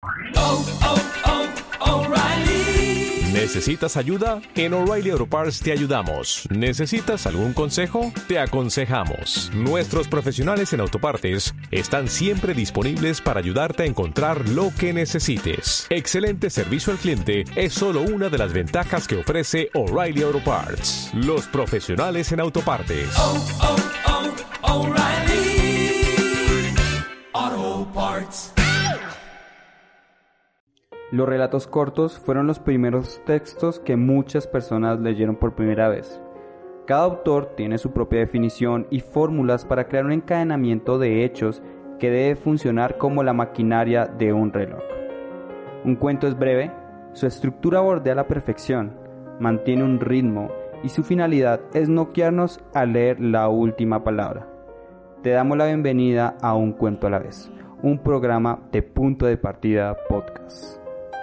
O'Reilly. ¿Necesitas ayuda? En O'Reilly Auto Parts te ayudamos. ¿Necesitas algún consejo? Te aconsejamos. Nuestros profesionales en autopartes están siempre disponibles para ayudarte a encontrar lo que necesites. Excelente servicio al cliente es solo una de las ventajas que ofrece O'Reilly Auto Parts. Los profesionales en autopartes. O'Reilly Auto Parts. Los relatos cortos fueron los primeros textos que muchas personas leyeron por primera vez. Cada autor tiene su propia definición y fórmulas para crear un encadenamiento de hechos que debe funcionar como la maquinaria de un reloj. Un cuento es breve, su estructura bordea la perfección, mantiene un ritmo y su finalidad es no guiarnos a leer la última palabra. Te damos la bienvenida a Un Cuento a la Vez, un programa de Punto de Partida Podcast.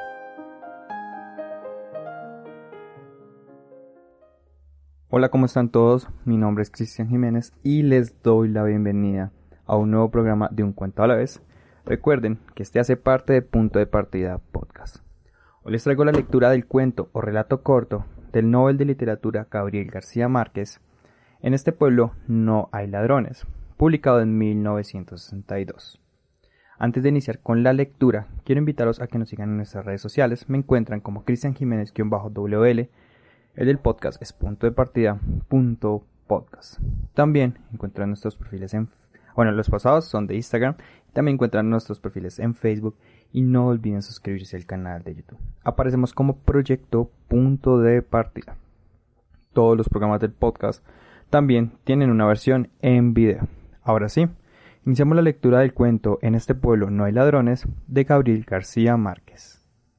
Hola, ¿cómo están todos? Mi nombre es Cristian Jiménez y les doy la bienvenida a un nuevo programa de Un Cuento a la Vez. Recuerden que este hace parte de Punto de Partida Podcast. Hoy les traigo la lectura del cuento o relato corto del Nobel de Literatura Gabriel García Márquez, En este pueblo no hay ladrones, publicado en 1962. Antes de iniciar con la lectura, quiero invitaros a que nos sigan en nuestras redes sociales. Me encuentran como Cristian Jiménez-WL. El del podcast es puntodepartida.podcast. También encuentran nuestros perfiles los pasados son de Instagram. También encuentran nuestros perfiles en Facebook. Y no olviden suscribirse al canal de YouTube. Aparecemos como Proyecto Punto de Partida. Todos los programas del podcast también tienen una versión en video. Ahora sí, iniciamos la lectura del cuento En este pueblo no hay ladrones, de Gabriel García Márquez.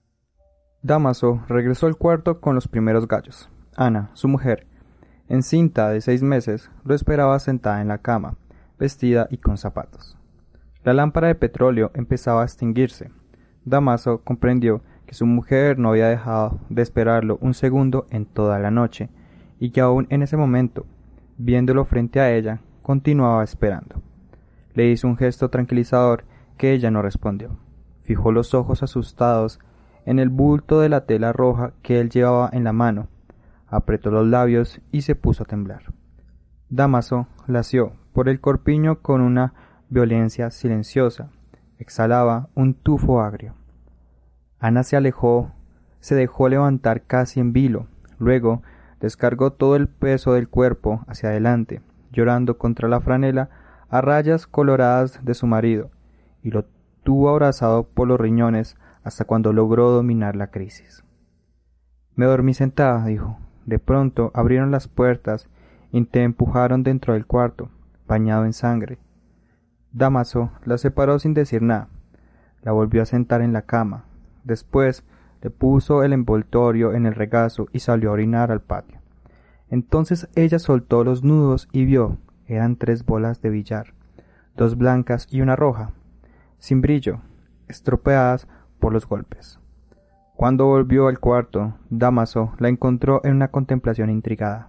Dámaso regresó al cuarto con los primeros gallos. Ana, su mujer, encinta de 6 meses, lo esperaba sentada en la cama, vestida y con zapatos. La lámpara de petróleo empezaba a extinguirse. Dámaso comprendió que su mujer no había dejado de esperarlo un segundo en toda la noche, y que aún en ese momento, viéndolo frente a ella, continuaba esperando. Le hizo un gesto tranquilizador que ella no respondió. Fijó los ojos asustados en el bulto de la tela roja que él llevaba en la mano, apretó los labios y se puso a temblar. Dámaso la asió por el corpiño con una violencia silenciosa, exhalaba un tufo agrio. Ana se alejó, se dejó levantar casi en vilo, luego descargó todo el peso del cuerpo hacia adelante, llorando contra la franela a rayas coloradas de su marido, y lo tuvo abrazado por los riñones hasta cuando logró dominar la crisis. Me dormí sentada, dijo. De pronto abrieron las puertas y te empujaron dentro del cuarto, bañado en sangre. Dámaso la separó sin decir nada. La volvió a sentar en la cama. Después le puso el envoltorio en el regazo y salió a orinar al patio. Entonces ella soltó los nudos y vio, eran 3 bolas de billar, 2 blancas y una roja, sin brillo, estropeadas por los golpes. Cuando volvió al cuarto, Dámaso la encontró en una contemplación intrigada.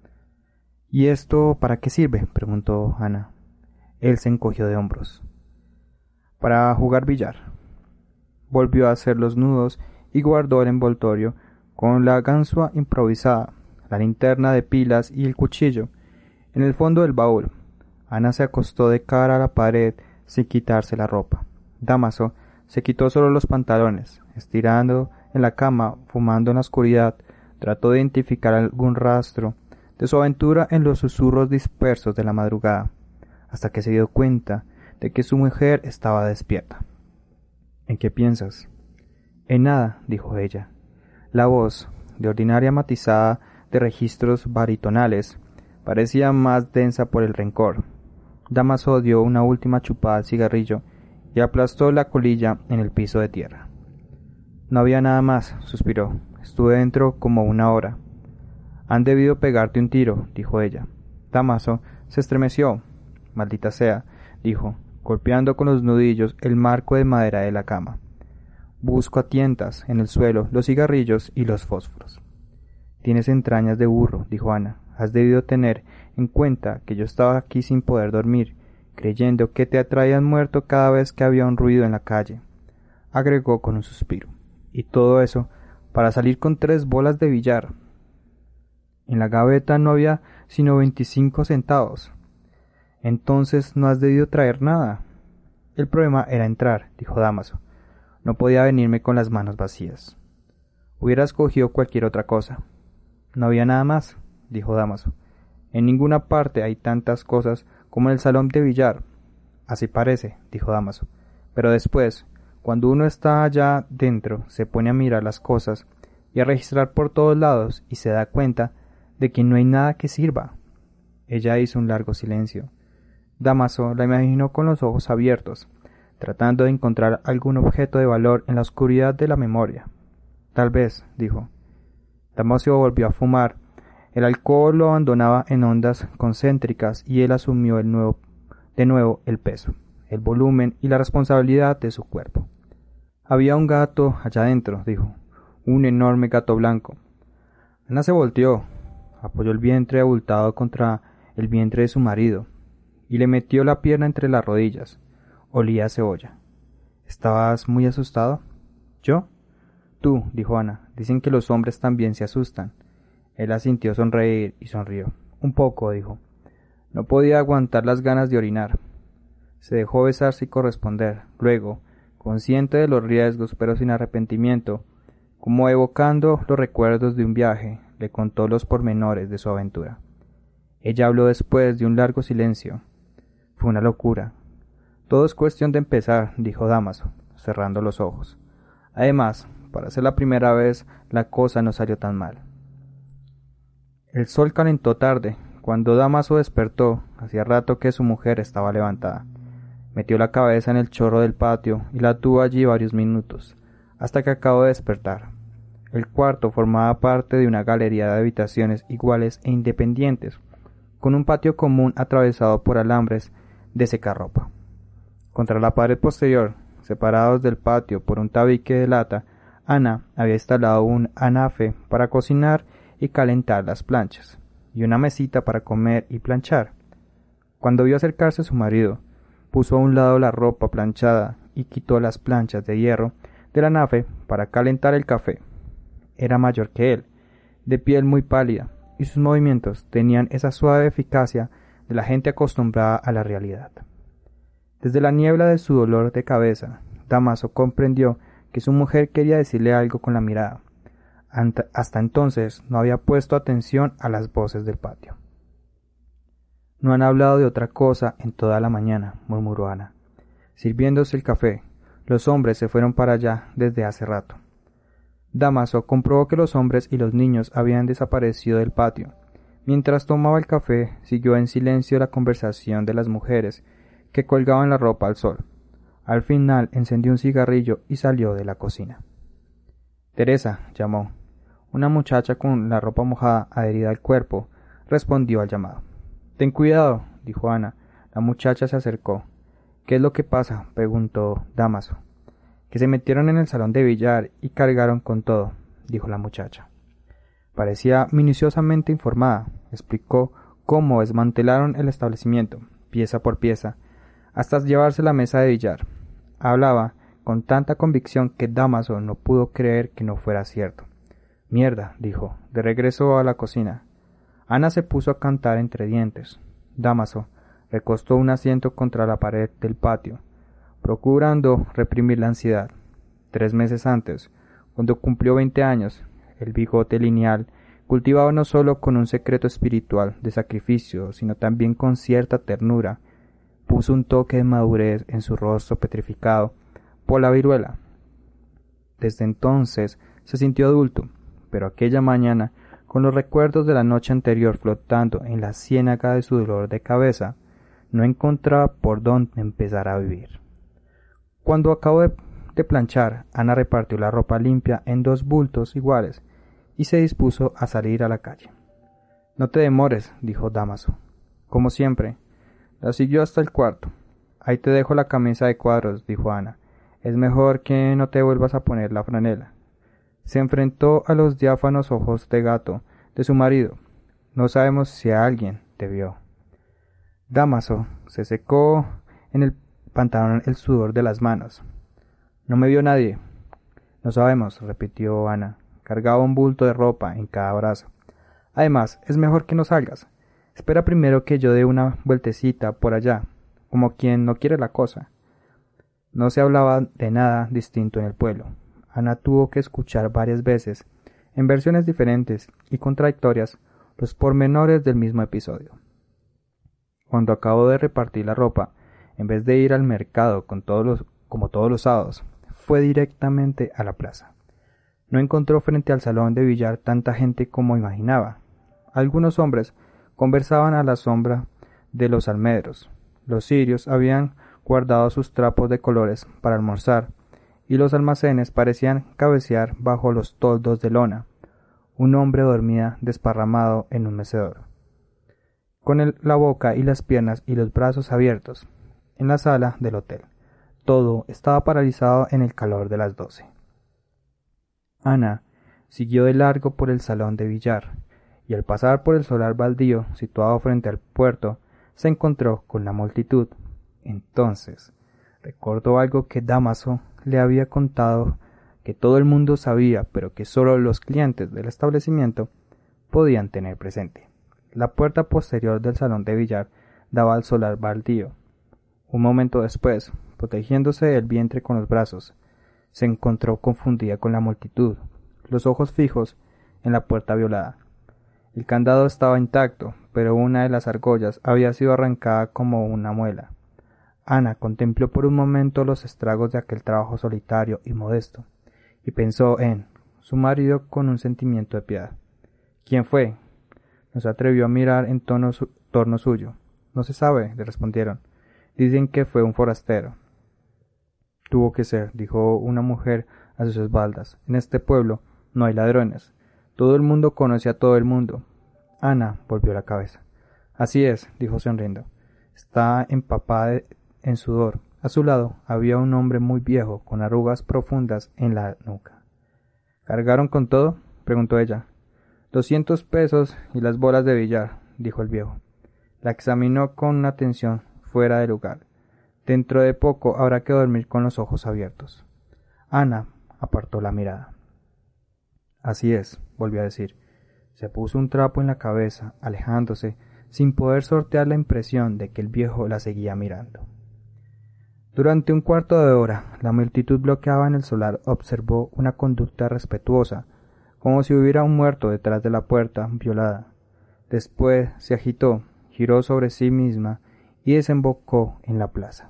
¿Y esto para qué sirve?, preguntó Ana. Él se encogió de hombros. Para jugar billar. Volvió a hacer los nudos y guardó el envoltorio con la ganzúa improvisada, la linterna de pilas y el cuchillo en el fondo del baúl. Ana se acostó de cara a la pared sin quitarse la ropa. Dámaso se quitó solo los pantalones, estirando en la cama, fumando en la oscuridad, trató de identificar algún rastro de su aventura en los susurros dispersos de la madrugada, hasta que se dio cuenta de que su mujer estaba despierta. ¿En qué piensas? En nada, dijo ella. La voz, de ordinaria matizada de registros baritonales, parecía más densa por el rencor. Dámaso dio una última chupada al cigarrillo y aplastó la colilla en el piso de tierra. No había nada más, suspiró. Estuve dentro como 1 hora. Han debido pegarte un tiro, dijo ella. Dámaso se estremeció. Maldita sea, dijo, golpeando con los nudillos el marco de madera de la cama. Busco a tientas en el suelo los cigarrillos y los fósforos. Tienes entrañas de burro, dijo Ana. Has debido tener en cuenta que yo estaba aquí sin poder dormir, creyendo que te traían muerto cada vez que había un ruido en la calle. agregó con un suspiro. Y todo eso para salir con 3 bolas de billar. En la gaveta no había sino 25 centavos. Entonces no has debido traer nada. El problema era entrar, dijo Dámaso. No podía venirme con las manos vacías. Hubieras cogido cualquier otra cosa. No había nada más, dijo Dámaso. En ninguna parte hay tantas cosas como en el salón de billar. Así parece, dijo Dámaso. Pero después, cuando uno está allá dentro, se pone a mirar las cosas y a registrar por todos lados y se da cuenta de que no hay nada que sirva. Ella hizo un largo silencio. Dámaso la imaginó con los ojos abiertos, tratando de encontrar algún objeto de valor en la oscuridad de la memoria. Tal vez, dijo. Dámaso volvió a fumar. El alcohol lo abandonaba en ondas concéntricas y él asumió de nuevo el peso, el volumen y la responsabilidad de su cuerpo. Había un gato allá adentro, dijo, un enorme gato blanco. Ana se volteó, apoyó el vientre abultado contra el vientre de su marido y le metió la pierna entre las rodillas. Olía a cebolla. ¿Estabas muy asustado? ¿Yo? Tú, dijo Ana, dicen que los hombres también se asustan. Él la sintió sonreír y sonrió. Un poco, dijo. No podía aguantar las ganas de orinar. Se dejó besar sin corresponder. Luego, consciente de los riesgos pero sin arrepentimiento, como evocando los recuerdos de un viaje, le contó los pormenores de su aventura. Ella habló después de un largo silencio. Fue una locura. Todo es cuestión de empezar, dijo Dámaso, cerrando los ojos. Además, para ser la primera vez, la cosa no salió tan mal. El sol calentó tarde. Cuando Dámaso despertó, hacía rato que su mujer estaba levantada. Metió la cabeza en el chorro del patio y la tuvo allí varios minutos, hasta que acabó de despertar. El cuarto formaba parte de una galería de habitaciones iguales e independientes, con un patio común atravesado por alambres de secarropa. Contra la pared posterior, separados del patio por un tabique de lata, Ana había instalado un anafe para cocinar y calentar las planchas, y una mesita para comer y planchar. Cuando vio acercarse a su marido, puso a un lado la ropa planchada y quitó las planchas de hierro del anafe para calentar el café. Era mayor que él, de piel muy pálida, y sus movimientos tenían esa suave eficacia de la gente acostumbrada a la realidad. Desde la niebla de su dolor de cabeza, Dámaso comprendió que su mujer quería decirle algo con la mirada. Hasta entonces no había puesto atención a las voces del patio. No han hablado de otra cosa en toda la mañana, murmuró Ana. Sirviéndose el café, los hombres se fueron para allá desde hace rato. Dámaso comprobó que los hombres y los niños habían desaparecido del patio. Mientras tomaba el café, siguió en silencio la conversación de las mujeres que colgaban la ropa al sol. Al final encendió un cigarrillo y salió de la cocina. Teresa, llamó. Una muchacha con la ropa mojada adherida al cuerpo respondió al llamado. Ten cuidado, dijo Ana. La muchacha se acercó. ¿Qué es lo que pasa?, preguntó Dámaso. Que se metieron en el salón de billar y cargaron con todo, dijo la muchacha. Parecía minuciosamente informada. Explicó cómo desmantelaron el establecimiento, pieza por pieza, hasta llevarse la mesa de billar. Hablaba con tanta convicción que Dámaso no pudo creer que no fuera cierto. Mierda, dijo, de regreso a la cocina. Ana se puso a cantar entre dientes. Dámaso recostó un asiento contra la pared del patio, procurando reprimir la ansiedad. 3 meses antes, cuando cumplió 20 años, el bigote lineal, cultivado no solo con un secreto espiritual de sacrificio, sino también con cierta ternura, puso un toque de madurez en su rostro petrificado por la viruela. Desde entonces se sintió adulto, pero aquella mañana, con los recuerdos de la noche anterior flotando en la ciénaga de su dolor de cabeza, no encontraba por dónde empezar a vivir. Cuando acabó de planchar, Ana repartió la ropa limpia en 2 bultos iguales y se dispuso a salir a la calle. No te demores, dijo Dámaso. Como siempre. La siguió hasta el cuarto. Ahí te dejo la camisa de cuadros, dijo Ana. Es mejor que no te vuelvas a poner la franela. Se enfrentó a los diáfanos ojos de gato de su marido. No sabemos si alguien te vio. Dámaso se secó en el pantalón el sudor de las manos. No me vio nadie. No sabemos, repitió Ana. Cargaba un bulto de ropa en cada brazo. Además, es mejor que no salgas. Espera primero que yo dé una vueltecita por allá, como quien no quiere la cosa. No se hablaba de nada distinto en el pueblo. Ana tuvo que escuchar varias veces, en versiones diferentes y contradictorias, los pormenores del mismo episodio. Cuando acabó de repartir la ropa, en vez de ir al mercado como todos los sábados, fue directamente a la plaza. No encontró frente al salón de billar tanta gente como imaginaba. Algunos hombres conversaban a la sombra de los almendros. Los cirios habían guardado sus trapos de colores para almorzar, y los almacenes parecían cabecear bajo los toldos de lona. Un hombre dormía desparramado en un mecedor, con la boca y las piernas y los brazos abiertos, en la sala del hotel. Todo estaba paralizado en el calor de las 12. Ana siguió de largo por el salón de billar, y al pasar por el solar baldío situado frente al puerto, se encontró con la multitud. Entonces recordó algo que Dámaso le había contado, que todo el mundo sabía, pero que solo los clientes del establecimiento podían tener presente. La puerta posterior del salón de billar daba al solar baldío. Un momento después, protegiéndose el vientre con los brazos, se encontró confundida con la multitud, los ojos fijos en la puerta violada. El candado estaba intacto, pero una de las argollas había sido arrancada como una muela. Ana contempló por un momento los estragos de aquel trabajo solitario y modesto, y pensó en su marido con un sentimiento de piedad. ¿Quién fue? No se atrevió a mirar en torno suyo. No se sabe, le respondieron. Dicen que fue un forastero. Tuvo que ser, dijo una mujer a sus espaldas. En este pueblo no hay ladrones. Todo el mundo conoce a todo el mundo. Ana volvió la cabeza. Así es, dijo sonriendo. Está empapada en sudor. A su lado había un hombre muy viejo, con arrugas profundas en la nuca. ¿Cargaron con todo?, preguntó ella. 200 pesos y las bolas de billar, dijo el viejo. La examinó con una atención fuera de lugar. Dentro de poco habrá que dormir con los ojos abiertos. Ana apartó la mirada. Así es, volvió a decir. Se puso un trapo en la cabeza, alejándose, sin poder sortear la impresión de que el viejo la seguía mirando. Durante un cuarto de hora, la multitud bloqueada en el solar observó una conducta respetuosa, como si hubiera un muerto detrás de la puerta violada. Después se agitó, giró sobre sí misma y desembocó en la plaza.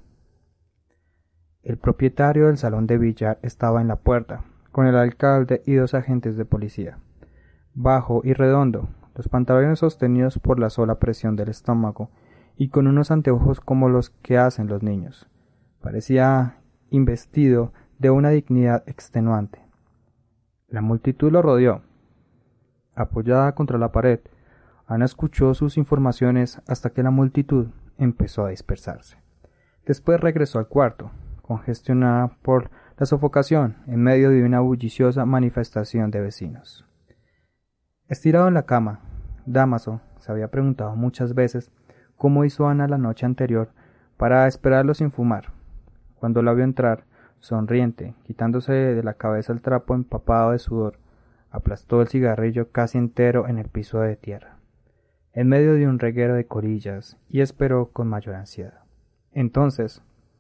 El propietario del salón de billar estaba en la puerta, con el alcalde y 2 agentes de policía. Bajo y redondo, los pantalones sostenidos por la sola presión del estómago y con unos anteojos como los que hacen los niños. Parecía investido de una dignidad extenuante. La multitud lo rodeó. Apoyada contra la pared, Ana escuchó sus informaciones hasta que la multitud empezó a dispersarse. Después regresó al cuarto, congestionada por la sofocación en medio de una bulliciosa manifestación de vecinos. Estirado en la cama, Dámaso se había preguntado muchas veces cómo hizo Ana la noche anterior para esperarlo sin fumar. Cuando la vio entrar, sonriente, quitándose de la cabeza el trapo empapado de sudor, aplastó el cigarrillo casi entero en el piso de tierra, en medio de un reguero de corillas, y esperó con mayor ansiedad. Entonces,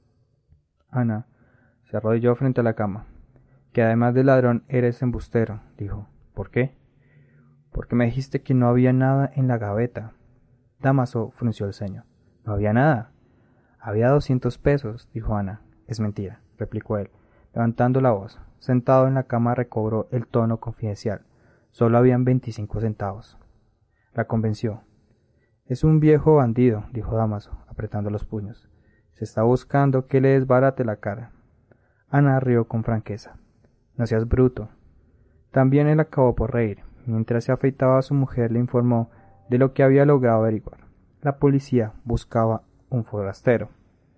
Ana se arrodilló frente a la cama. Que además de ladrón eres embustero, dijo. ¿Por qué? Porque me dijiste que no había nada en la gaveta. Dámaso frunció el ceño. No había nada. Había 200 pesos, dijo Ana. Es mentira, replicó él, levantando la voz. Sentado en la cama recobró el tono confidencial. Solo habían 25 centavos. La convenció. Es un viejo bandido, dijo Dámaso, apretando los puños. Se está buscando que le desbarate la cara. Ana rió con franqueza. No seas bruto. También él acabó por reír. Mientras se afeitaba, su mujer le informó de lo que había logrado averiguar. La policía buscaba un forastero.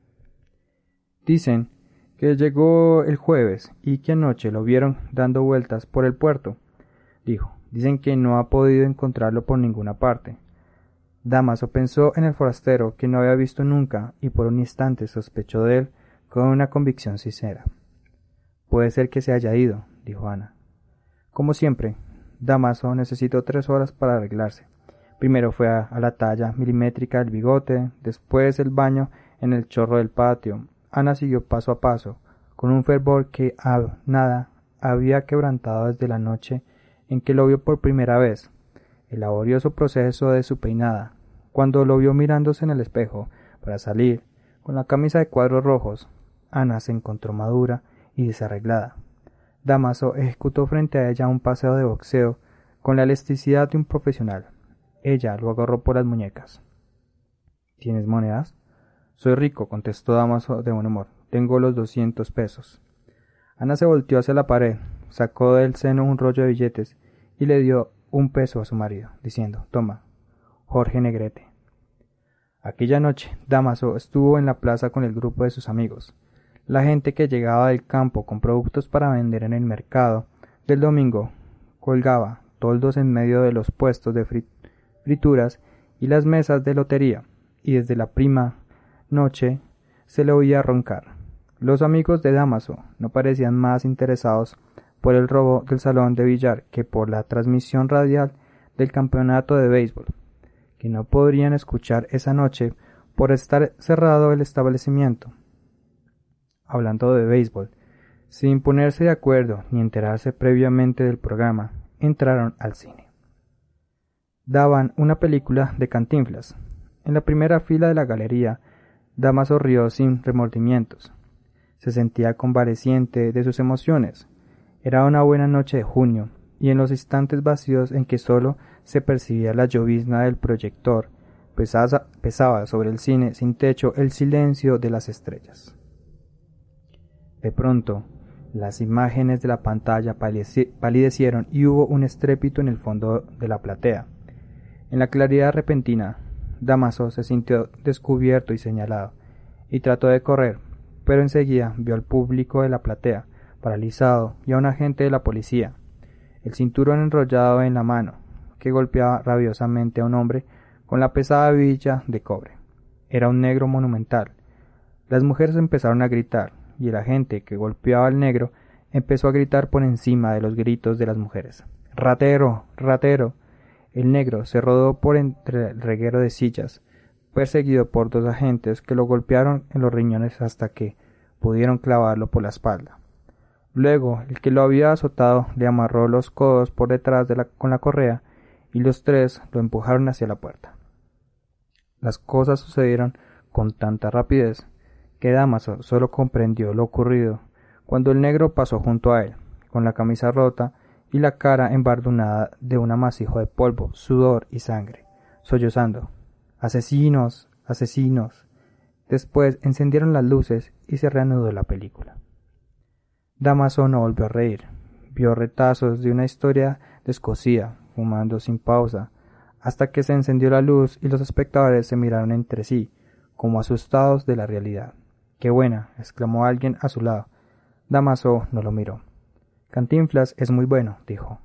Dicen que llegó el jueves y que anoche lo vieron dando vueltas por el puerto, dijo. Dicen que no ha podido encontrarlo por ninguna parte. Dámaso pensó en el forastero que no había visto nunca y por un instante sospechó de él con una convicción sincera. Puede ser que se haya ido, dijo Ana. Como siempre, Damaso necesitó 3 horas para arreglarse. Primero fue a la talla milimétrica del bigote, después el baño en el chorro del patio. Ana siguió paso a paso, con un fervor que nada había quebrantado desde la noche en que lo vio por primera vez, el laborioso proceso de su peinada, cuando lo vio mirándose en el espejo para salir, con la camisa de cuadros rojos. Ana se encontró madura y desarreglada. Damaso ejecutó frente a ella un paseo de boxeo con la elasticidad de un profesional. Ella lo agarró por las muñecas. ¿Tienes monedas? Soy rico, contestó Damaso de buen humor. Tengo los 200 pesos. Ana se volteó hacia la pared, sacó del seno un rollo de billetes y le dio 1 peso a su marido, diciendo: Toma, Jorge Negrete. Aquella noche, Damaso estuvo en la plaza con el grupo de sus amigos. La gente que llegaba del campo con productos para vender en el mercado del domingo colgaba toldos en medio de los puestos de frituras y las mesas de lotería, y desde la prima noche se le oía roncar. Los amigos de Damaso no parecían más interesados por el robo del salón de billar que por la transmisión radial del campeonato de béisbol, que no podrían escuchar esa noche por estar cerrado el establecimiento. Hablando de béisbol, sin ponerse de acuerdo ni enterarse previamente del programa, entraron al cine. Daban una película de Cantinflas. En la primera fila de la galería, Damaso rió sin remordimientos. Se sentía convaleciente de sus emociones. Era una buena noche de junio, y en los instantes vacíos en que sólo se percibía la llovizna del proyector, pesaba sobre el cine sin techo el silencio de las estrellas. De pronto, las imágenes de la pantalla palidecieron y hubo un estrépito en el fondo de la platea. En la claridad repentina, Damaso se sintió descubierto y señalado, y trató de correr, pero enseguida vio al público de la platea, paralizado, y a un agente de la policía, el cinturón enrollado en la mano, que golpeaba rabiosamente a un hombre con la pesada hebilla de cobre. Era un negro monumental. Las mujeres empezaron a gritar, y el agente que golpeaba al negro empezó a gritar por encima de los gritos de las mujeres. ¡Ratero! ¡Ratero! El negro se rodó por entre el reguero de sillas, perseguido por 2 agentes que lo golpearon en los riñones hasta que pudieron clavarlo por la espalda. Luego, el que lo había azotado le amarró los codos por detrás con la correa y los 3 lo empujaron hacia la puerta. Las cosas sucedieron con tanta rapidez que Damaso solo comprendió lo ocurrido cuando el negro pasó junto a él, con la camisa rota y la cara embardunada de un amasijo de polvo, sudor y sangre, sollozando: ¡Asesinos! ¡Asesinos! Después encendieron las luces y se reanudó la película. Damaso no volvió a reír. Vio retazos de una historia descosida, fumando sin pausa, hasta que se encendió la luz y los espectadores se miraron entre sí, como asustados de la realidad. ¡Qué buena!, exclamó alguien a su lado. Damaso no lo miró. Cantinflas es muy bueno, dijo.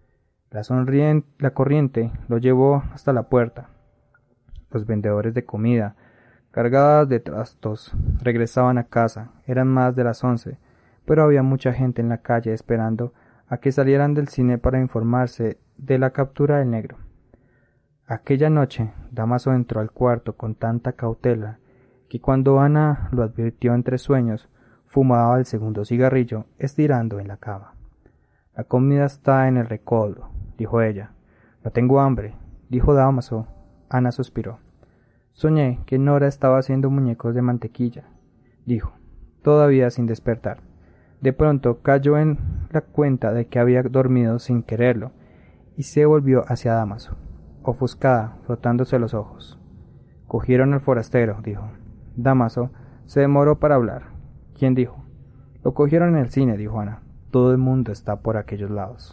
La corriente lo llevó hasta la puerta. Los vendedores de comida, cargadas de trastos, regresaban a casa. Eran más de las 11, pero había mucha gente en la calle esperando a que salieran del cine para informarse de la captura del negro. Aquella noche, Damaso entró al cuarto con tanta cautela que cuando Ana lo advirtió entre sueños, fumaba el segundo cigarrillo, estirando en la cama. La comida está en el recodo, dijo ella. No tengo hambre, dijo Damaso. Ana suspiró. Soñé que Nora estaba haciendo muñecos de mantequilla, dijo, todavía sin despertar. De pronto cayó en la cuenta de que había dormido sin quererlo, y se volvió hacia Damaso, ofuscada, frotándose los ojos. Cogieron al forastero, dijo. Damaso se demoró para hablar. ¿Quién dijo? Lo cogieron en el cine, dijo Ana. Todo el mundo está por aquellos lados.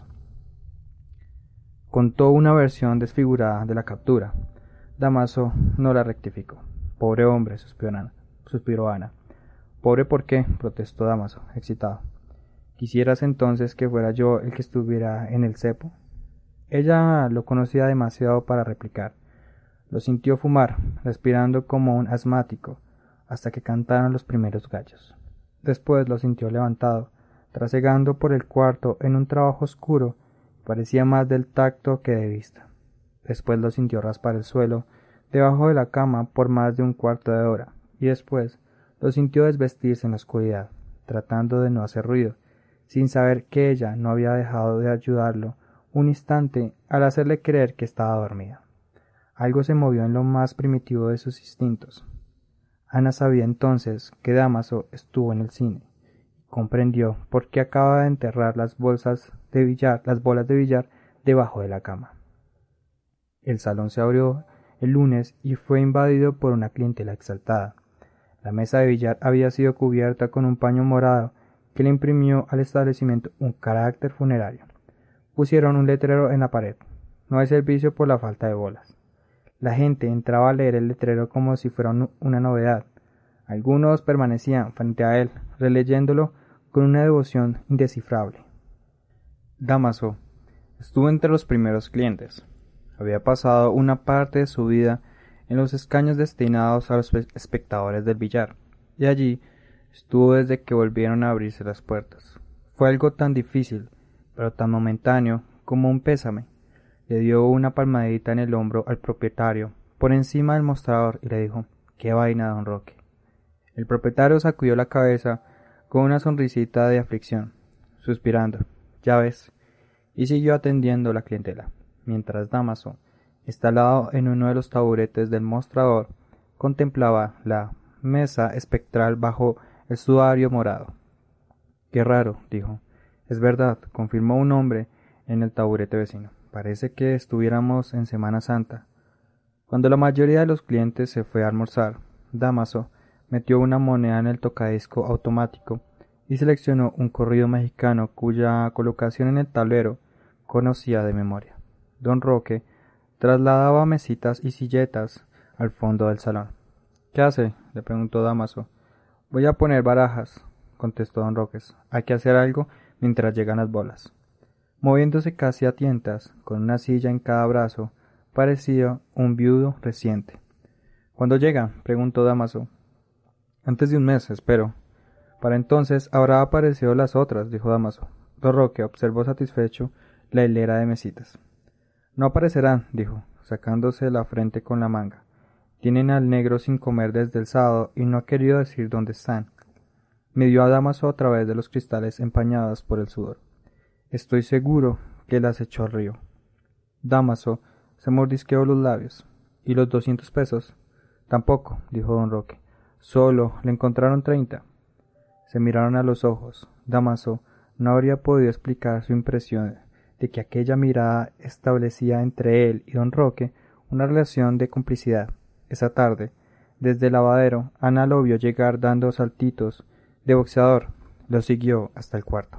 Contó una versión desfigurada de la captura. Damaso no la rectificó. Pobre hombre, suspiró Ana. Pobre, ¿por qué?, protestó Damaso, excitado. ¿Quisieras entonces que fuera yo el que estuviera en el cepo? Ella lo conocía demasiado para replicar. Lo sintió fumar, respirando como un asmático, hasta que cantaron los primeros gallos. Después lo sintió levantado, trasegando por el cuarto en un trabajo oscuro, parecía más del tacto que de vista. Después lo sintió raspar el suelo debajo de la cama por más de un cuarto de hora, y después lo sintió desvestirse en la oscuridad, tratando de no hacer ruido, sin saber que ella no había dejado de ayudarlo un instante al hacerle creer que estaba dormida. Algo se movió en lo más primitivo de sus instintos. Ana sabía entonces que Dámaso estuvo en el cine. Comprendió por qué acababa de enterrar las bolas de billar debajo de la cama. El salón se abrió el lunes y fue invadido por una clientela exaltada. La mesa de billar había sido cubierta con un paño morado que le imprimió al establecimiento un carácter funerario. Pusieron un letrero en la pared: no hay servicio por la falta de bolas. La gente entraba a leer el letrero como si fuera una novedad. Algunos permanecían frente a él, releyéndolo con una devoción indescifrable. Dámaso estuvo entre los primeros clientes. Había pasado una parte de su vida en los escaños destinados a los espectadores del billar, y allí estuvo desde que volvieron a abrirse las puertas. Fue algo tan difícil, pero tan momentáneo como un pésame. Le dio una palmadita en el hombro al propietario, por encima del mostrador, y le dijo: «¡Qué vaina, don Roque!». El propietario sacudió la cabeza con una sonrisita de aflicción, suspirando: «Ya ves», y siguió atendiendo la clientela, mientras Dámaso, instalado en uno de los taburetes del mostrador, contemplaba la mesa espectral bajo el sudario morado. «Qué raro», dijo. «Es verdad», confirmó un hombre en el taburete vecino. «Parece que estuviéramos en Semana Santa». Cuando la mayoría de los clientes se fue a almorzar, Dámaso metió una moneda en el tocadisco automático y seleccionó un corrido mexicano cuya colocación en el tablero conocía de memoria. Don Roque trasladaba mesitas y silletas al fondo del salón. «¿Qué hace?», le preguntó Dámaso. «Voy a poner barajas», contestó don Roque. «Hay que hacer algo mientras llegan las bolas». Moviéndose casi a tientas, con una silla en cada brazo, parecía un viudo reciente. «¿Cuándo llega?», preguntó Dámaso. «Antes de un mes, espero». «Para entonces habrá aparecido las otras», dijo Dámaso. Don Roque observó satisfecho la hilera de mesitas. «No aparecerán», dijo, sacándose la frente con la manga. «Tienen al negro sin comer desde el sábado y no ha querido decir dónde están». Midió a Dámaso a través de los cristales empañados por el sudor. «Estoy seguro que las echó al río». Dámaso se mordisqueó los labios. «¿Y los 200 pesos?» «Tampoco», dijo don Roque. «Solo le encontraron 30». Se miraron a los ojos. Dámaso no habría podido explicar su impresión de que aquella mirada establecía entre él y don Roque una relación de complicidad. Esa tarde, desde el lavadero, Ana lo vio llegar dando saltitos de boxeador. Lo siguió hasta el cuarto.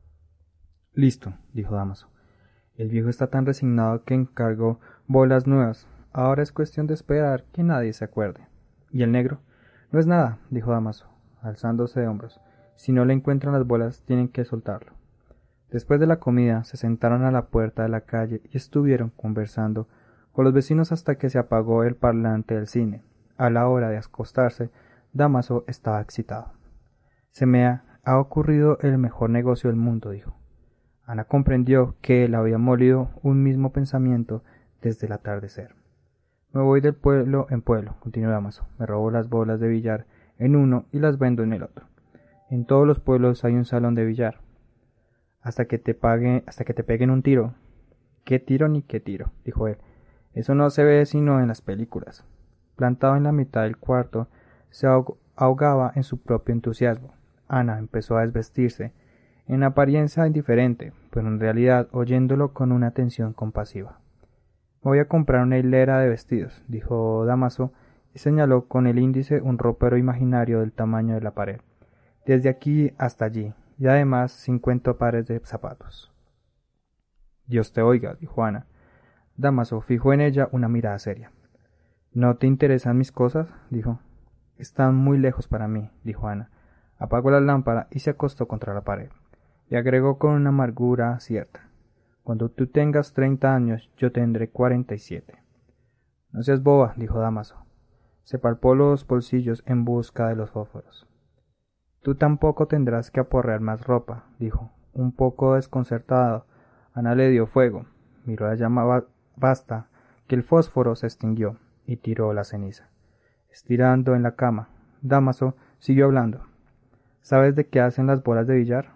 «Listo», dijo Dámaso. «El viejo está tan resignado que encargó bolas nuevas. Ahora es cuestión de esperar que nadie se acuerde». «¿Y el negro?». «No es nada», dijo Dámaso, alzándose de hombros. «Si no le encuentran las bolas, tienen que soltarlo». Después de la comida, se sentaron a la puerta de la calle y estuvieron conversando con los vecinos hasta que se apagó el parlante del cine. A la hora de acostarse, Dámaso estaba excitado. «Se me ha ocurrido el mejor negocio del mundo», dijo. Ana comprendió que él había molido un mismo pensamiento desde el atardecer. «Me voy de pueblo en pueblo», continuó Dámaso. «Me robo las bolas de billar en uno y las vendo en el otro. En todos los pueblos hay un salón de billar. Hasta que te peguen un tiro». «¿Qué tiro ni qué tiro?», dijo él. «Eso no se ve sino en las películas». Plantado en la mitad del cuarto, se ahogaba en su propio entusiasmo. Ana empezó a desvestirse, en apariencia indiferente, pero en realidad oyéndolo con una atención compasiva. «Voy a comprar una hilera de vestidos», dijo Dámaso, y señaló con el índice un ropero imaginario del tamaño de la pared. «Desde aquí hasta allí, y además 50 pares de zapatos». «Dios te oiga», dijo Ana. Dámaso fijó en ella una mirada seria. «¿No te interesan mis cosas?», dijo. «Están muy lejos para mí», dijo Ana. Apagó la lámpara y se acostó contra la pared. Y agregó con una amargura cierta: «Cuando tú tengas 30 años, yo tendré 47». «No seas boba», dijo Dámaso. Se palpó los bolsillos en busca de los fósforos. Tú tampoco tendrás que aporrear más ropa, dijo. Un poco desconcertado, Ana le dio fuego, miró la llama vasta, que el fósforo se extinguió, y tiró la ceniza. Estirando en la cama, Dámaso siguió hablando. ¿Sabes de qué hacen las bolas de billar?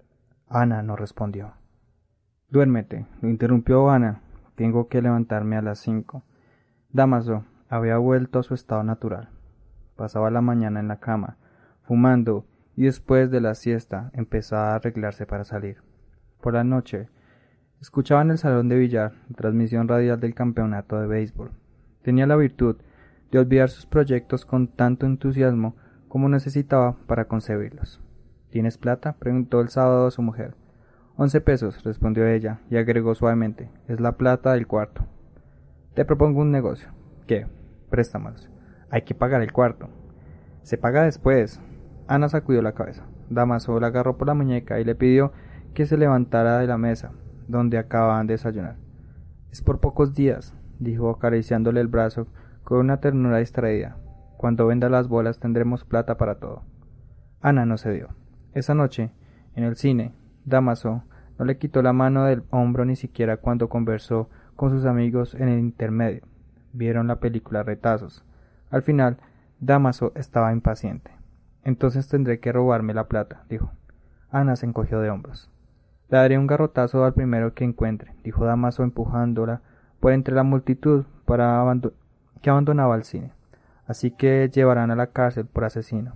Ana no respondió. Duérmete, lo interrumpió Ana. Tengo que levantarme a las 5. Dámaso había vuelto a su estado natural. Pasaba la mañana en la cama, fumando, y después de la siesta empezaba a arreglarse para salir. Por la noche, escuchaba en el salón de billar la transmisión radial del campeonato de béisbol. Tenía la virtud de olvidar sus proyectos con tanto entusiasmo como necesitaba para concebirlos. ¿Tienes plata?, preguntó el sábado a su mujer. 11 pesos, respondió ella, y agregó suavemente, es la plata del cuarto. Te propongo un negocio. ¿Qué? Préstamelos. Hay que pagar el cuarto. Se paga después. Ana sacudió la cabeza. Dámaso la agarró por la muñeca y le pidió que se levantara de la mesa, donde acababan de desayunar. Es por pocos días, dijo acariciándole el brazo con una ternura distraída. Cuando venda las bolas tendremos plata para todo. Ana no cedió. Esa noche, en el cine, Dámaso no le quitó la mano del hombro ni siquiera cuando conversó con sus amigos en el intermedio. Vieron la película a retazos. Al final, Dámaso estaba impaciente. Entonces tendré que robarme la plata, dijo. Ana se encogió de hombros. Le daré un garrotazo al primero que encuentre, dijo Dámaso empujándola por entre la multitud que abandonaba el cine. Así que llevarán a la cárcel por asesino.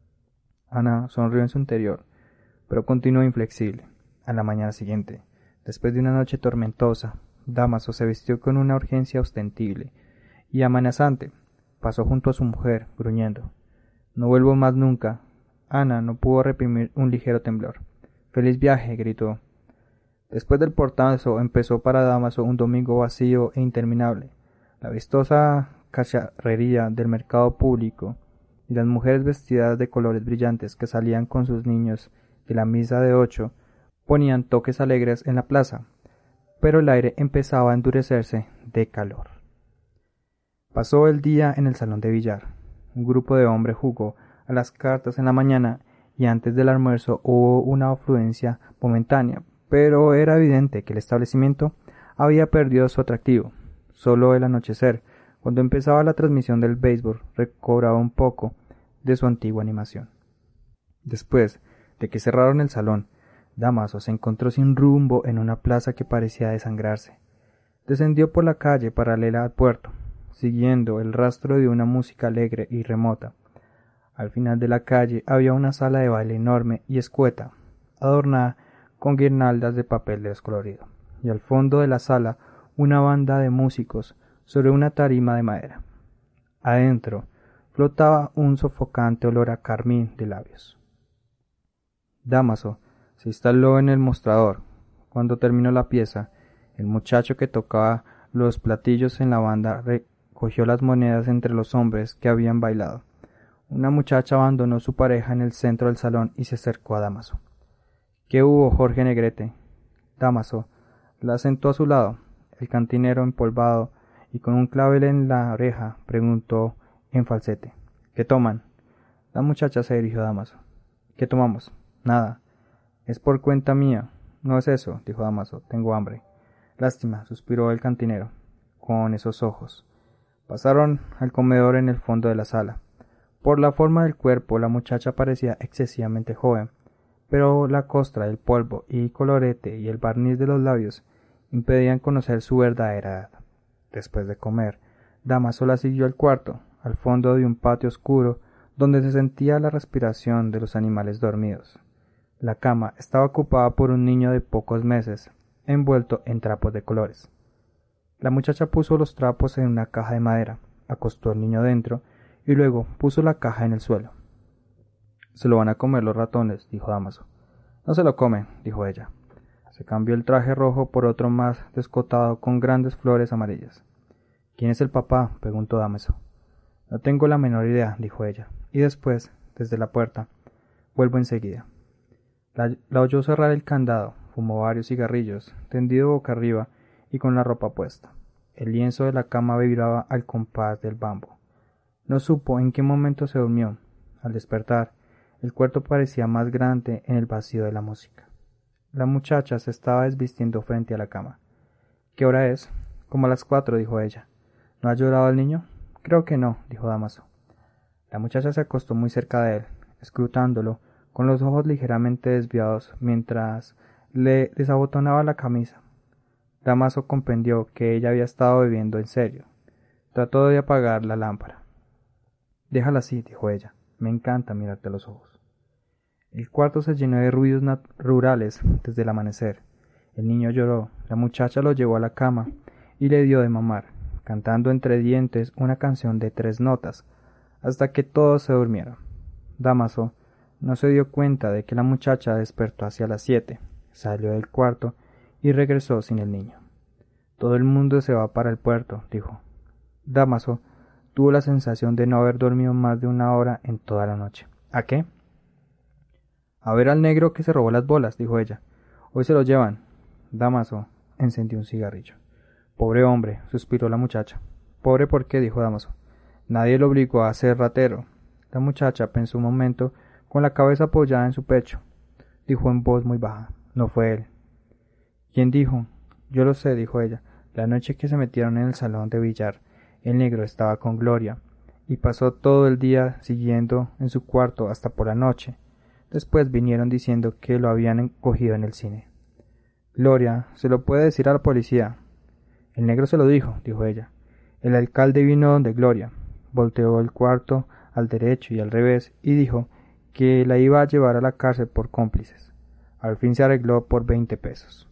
Ana sonrió en su interior, pero continuó inflexible. A la mañana siguiente, después de una noche tormentosa, Dámaso se vistió con una urgencia ostensible y amenazante. Pasó junto a su mujer, gruñendo. No vuelvo más nunca. Ana no pudo reprimir un ligero temblor. ¡Feliz viaje!, gritó. Después del portazo empezó para Dámaso un domingo vacío e interminable. La vistosa cacharrería del mercado público y las mujeres vestidas de colores brillantes que salían con sus niños de la misa de 8 ponían toques alegres en la plaza, pero el aire empezaba a endurecerse de calor. Pasó el día en el salón de billar. Un grupo de hombres jugó a las cartas en la mañana y antes del almuerzo hubo una afluencia momentánea, pero era evidente que el establecimiento había perdido su atractivo. Solo el anochecer, cuando empezaba la transmisión del béisbol, recobraba un poco de su antigua animación. Después de que cerraron el salón, Dámaso se encontró sin rumbo en una plaza que parecía desangrarse. Descendió por la calle paralela al puerto, siguiendo el rastro de una música alegre y remota. Al final de la calle había una sala de baile enorme y escueta, adornada con guirnaldas de papel descolorido, y al fondo de la sala una banda de músicos sobre una tarima de madera. Adentro flotaba un sofocante olor a carmín de labios. Dámaso se instaló en el mostrador. Cuando terminó la pieza, el muchacho que tocaba los platillos en la banda recogió las monedas entre los hombres que habían bailado. Una muchacha abandonó su pareja en el centro del salón y se acercó a Dámaso. ¿Qué hubo, Jorge Negrete? Dámaso la sentó a su lado. El cantinero, empolvado y con un clavel en la oreja, preguntó en falsete. ¿Qué toman? La muchacha se dirigió a Dámaso. ¿Qué tomamos? Nada. Es por cuenta mía. No es eso, dijo Dámaso. Tengo hambre. Lástima, suspiró el cantinero, con esos ojos. Pasaron al comedor en el fondo de la sala. Por la forma del cuerpo, la muchacha parecía excesivamente joven, pero la costra, el polvo y colorete y el barniz de los labios impedían conocer su verdadera edad. Después de comer, Dámaso la siguió al cuarto, al fondo de un patio oscuro, donde se sentía la respiración de los animales dormidos. La cama estaba ocupada por un niño de pocos meses, envuelto en trapos de colores. La muchacha puso los trapos en una caja de madera, acostó al niño dentro y luego puso la caja en el suelo. «Se lo van a comer los ratones», dijo Dámaso. «No se lo comen», dijo ella. Se cambió el traje rojo por otro más descotado con grandes flores amarillas. «¿Quién es el papá?», preguntó Dámaso. «No tengo la menor idea», dijo ella, y después, desde la puerta, «vuelvo enseguida». La oyó cerrar el candado, fumó varios cigarrillos, tendido boca arriba y con la ropa puesta. El lienzo de la cama vibraba al compás del bambo. No supo en qué momento se durmió. Al despertar, El cuarto parecía más grande en el vacío de la música. La muchacha se estaba desvistiendo frente a la cama. ¿Qué hora es? Como a las 4, dijo ella. ¿No ha llorado el niño? Creo que no, dijo Dámaso. La muchacha se acostó muy cerca de él, escrutándolo, con los ojos ligeramente desviados, mientras le desabotonaba la camisa. Dámaso comprendió que ella había estado bebiendo en serio. Trató de apagar la lámpara. Déjala así, dijo ella. Me encanta mirarte a los ojos. El cuarto se llenó de ruidos rurales desde el amanecer. El niño lloró, la muchacha lo llevó a la cama y le dio de mamar, cantando entre dientes una canción de 3 notas, hasta que todos se durmieron. Dámaso no se dio cuenta de que la muchacha despertó hacia las 7, salió del cuarto y regresó sin el niño. Todo el mundo se va para el puerto, dijo. Dámaso tuvo la sensación de no haber dormido más de 1 hora en toda la noche. ¿A qué? A ver al negro que se robó las bolas, dijo ella. Hoy se lo llevan. Dámaso encendió un cigarrillo. Pobre hombre, suspiró la muchacha. Pobre ¿por qué? Dijo Dámaso. Nadie lo obligó a ser ratero. La muchacha pensó un momento con la cabeza apoyada en su pecho. Dijo en voz muy baja. No fue él. ¿Quién dijo? Yo lo sé, dijo ella. La noche que se metieron en el salón de billar, el negro estaba con Gloria, y pasó todo el día siguiendo en su cuarto hasta por la noche. Después vinieron diciendo que lo habían cogido en el cine. Gloria, se lo puede decir a la policía. El negro se lo dijo, dijo ella. El alcalde vino donde Gloria, volteó el cuarto al derecho y al revés y dijo que la iba a llevar a la cárcel por cómplices. Al fin se arregló por 20 pesos.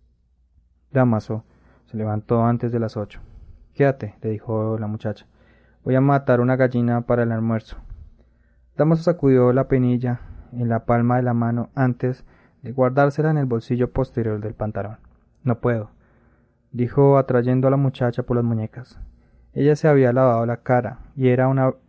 Dámaso se levantó antes de las 8. Quédate, le dijo la muchacha. Voy a matar una gallina para el almuerzo. Dámaso sacudió la penilla en la palma de la mano antes de guardársela en el bolsillo posterior del pantalón. No puedo, dijo atrayendo a la muchacha por las muñecas. Ella se había lavado la cara y era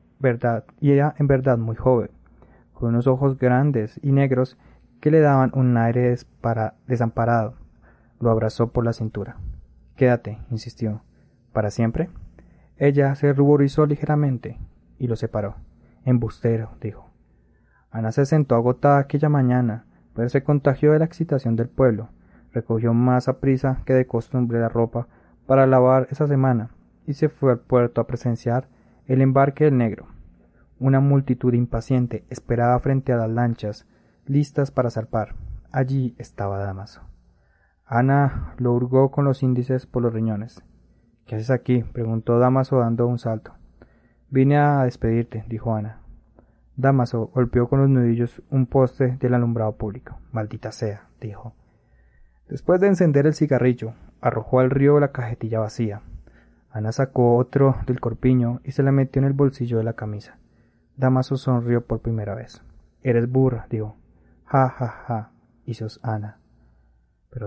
en verdad muy joven, con unos ojos grandes y negros que le daban un aire desamparado. Lo abrazó por la cintura. Quédate, insistió. ¿Para siempre? Ella se ruborizó ligeramente y lo separó. Embustero, dijo. Ana se sentó agotada aquella mañana, pero se contagió de la excitación del pueblo. Recogió más aprisa que de costumbre la ropa para lavar esa semana y se fue al puerto a presenciar el embarque del negro. Una multitud impaciente esperaba frente a las lanchas, listas para zarpar. Allí estaba Dámaso. Ana lo hurgó con los índices por los riñones. ¿Qué haces aquí? Preguntó Dámaso dando un salto. Vine a despedirte, dijo Ana. Dámaso golpeó con los nudillos un poste del alumbrado público. Maldita sea, dijo. Después de encender el cigarrillo, arrojó al río la cajetilla vacía. Ana sacó otro del corpiño y se la metió en el bolsillo de la camisa. Dámaso sonrió por primera vez. Eres burra, dijo. Ja, ja, ja, hizo Ana. Pero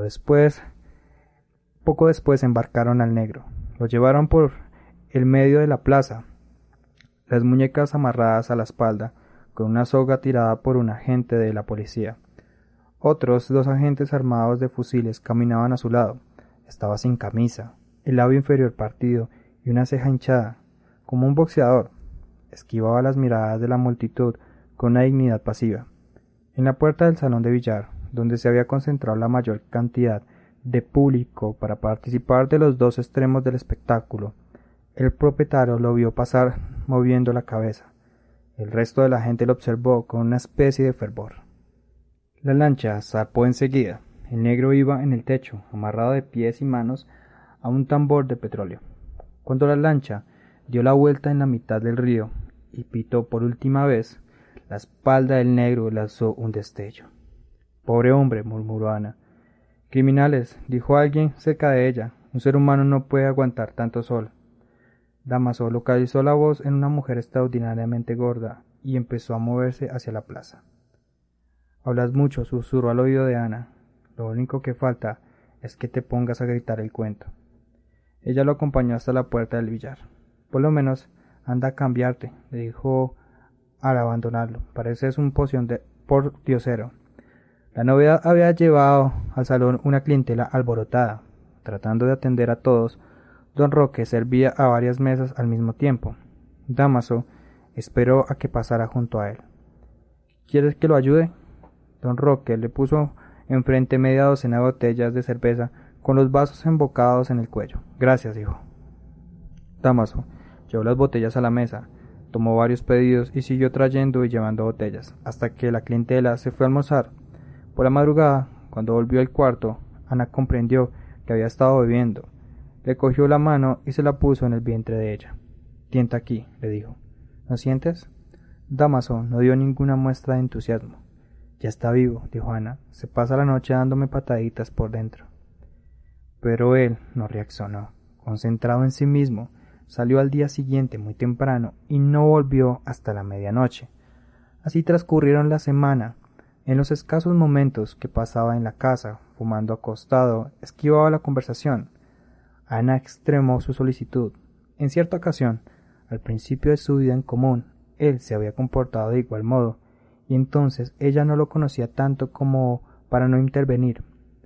poco después embarcaron al negro. Lo llevaron por el medio de la plaza, las muñecas amarradas a la espalda, con una soga tirada por un agente de la policía. Otros 2 agentes armados de fusiles caminaban a su lado. Estaba sin camisa, el labio inferior partido y una ceja hinchada, como un boxeador. Esquivaba las miradas de la multitud con una dignidad pasiva. En la puerta del salón de billar, donde se había concentrado la mayor cantidad de público para participar de los 2 extremos del espectáculo, el propietario lo vio pasar moviendo la cabeza. El resto de la gente lo observó con una especie de fervor. La lancha zarpó enseguida. El negro iba en el techo, amarrado de pies y manos a un tambor de petróleo. Cuando la lancha dio la vuelta en la mitad del río y pitó por última vez, la espalda del negro lanzó un destello. Pobre hombre, murmuró Ana. Criminales, dijo alguien cerca de ella. Un ser humano no puede aguantar tanto sol. Dámaso localizó la voz en una mujer extraordinariamente gorda y empezó a moverse hacia la plaza. Hablas mucho, susurró al oído de Ana. Lo único que falta es que te pongas a gritar el cuento. Ella lo acompañó hasta la puerta del billar. Por lo menos anda a cambiarte, le dijo al abandonarlo. Pareces un pordiosero. La novia había llevado al salón una clientela alborotada. Tratando de atender a todos, don Roque servía a varias mesas al mismo tiempo. Dámaso esperó a que pasara junto a él. ¿Quieres que lo ayude? Don Roque le puso enfrente media docena de botellas de cerveza con los vasos embocados en el cuello. Gracias, dijo. Dámaso llevó las botellas a la mesa, tomó varios pedidos y siguió trayendo y llevando botellas, hasta que la clientela se fue a almorzar. Por la madrugada, cuando volvió al cuarto, Ana comprendió que había estado bebiendo. Le cogió la mano y se la puso en el vientre de ella. Tienta aquí, le dijo. ¿No sientes? Dámaso no dio ninguna muestra de entusiasmo. Ya está vivo, dijo Ana. Se pasa la noche dándome pataditas por dentro. Pero él no reaccionó. Concentrado en sí mismo, salió al día siguiente muy temprano y no volvió hasta la medianoche. Así transcurrieron la semana. En los escasos momentos que pasaba en la casa, fumando acostado, esquivaba la conversación. Ana extremó su solicitud. En cierta ocasión, al principio de su vida en común, él se había comportado de igual modo, y entonces ella no lo conocía tanto como para no intervenir.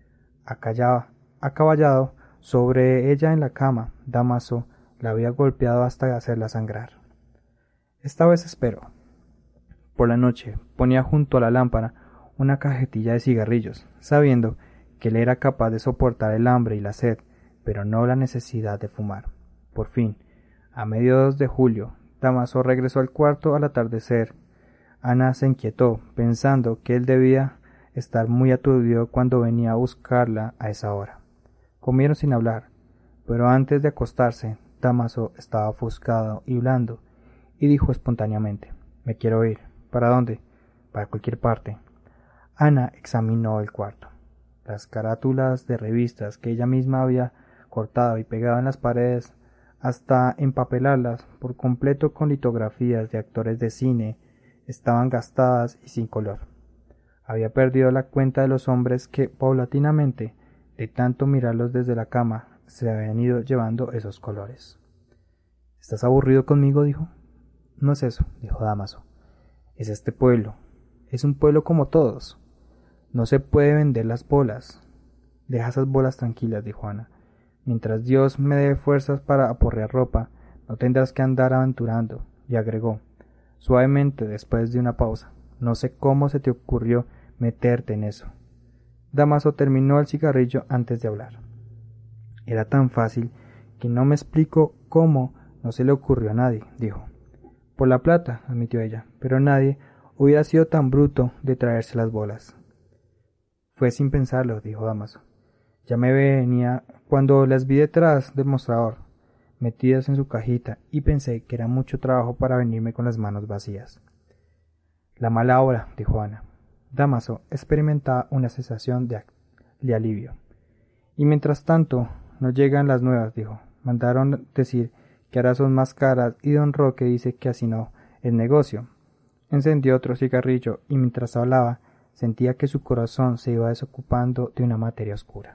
Acaballado sobre ella en la cama, Dámaso la había golpeado hasta hacerla sangrar. Esta vez esperó. Por la noche ponía junto a la lámpara una cajetilla de cigarrillos, sabiendo que él era capaz de soportar el hambre y la sed, pero no la necesidad de fumar. Por fin, a mediados de julio, Dámaso regresó al cuarto al atardecer. Ana se inquietó, pensando que él debía estar muy aturdido cuando venía a buscarla a esa hora. Comieron sin hablar, pero antes de acostarse, Dámaso estaba ofuscado y blando, y dijo espontáneamente: «Me quiero ir». «¿Para dónde?» «Para cualquier parte». Ana examinó el cuarto. Las carátulas de revistas que ella misma había cortado y pegado en las paredes, hasta empapelarlas por completo con litografías de actores de cine, estaban gastadas y sin color. Había perdido la cuenta de los hombres que, paulatinamente, de tanto mirarlos desde la cama, se habían ido llevando esos colores. «¿Estás aburrido conmigo?», dijo. «No es eso», dijo Dámaso. «Es este pueblo. Es un pueblo como todos. No se puede vender las bolas». «Deja esas bolas tranquilas», dijo Ana. «Mientras Dios me dé fuerzas para aporrear ropa, no tendrás que andar aventurando», y agregó, suavemente después de una pausa: «No sé cómo se te ocurrió meterte en eso». Dámaso terminó el cigarrillo antes de hablar. «Era tan fácil que no me explico cómo no se le ocurrió a nadie», dijo. «Por la plata», admitió ella, «pero nadie hubiera sido tan bruto de traerse las bolas». «Fue sin pensarlo», dijo Dámaso. «Ya me venía cuando las vi detrás del mostrador, metidas en su cajita, y pensé que era mucho trabajo para venirme con las manos vacías». «La mala hora», dijo Ana. Dámaso experimentaba una sensación de alivio. «Y mientras tanto no llegan las nuevas», dijo. «Mandaron decir que ahora son más caras y don Roque dice que así no es negocio». Encendió otro cigarrillo y mientras hablaba sentía que su corazón se iba desocupando de una materia oscura.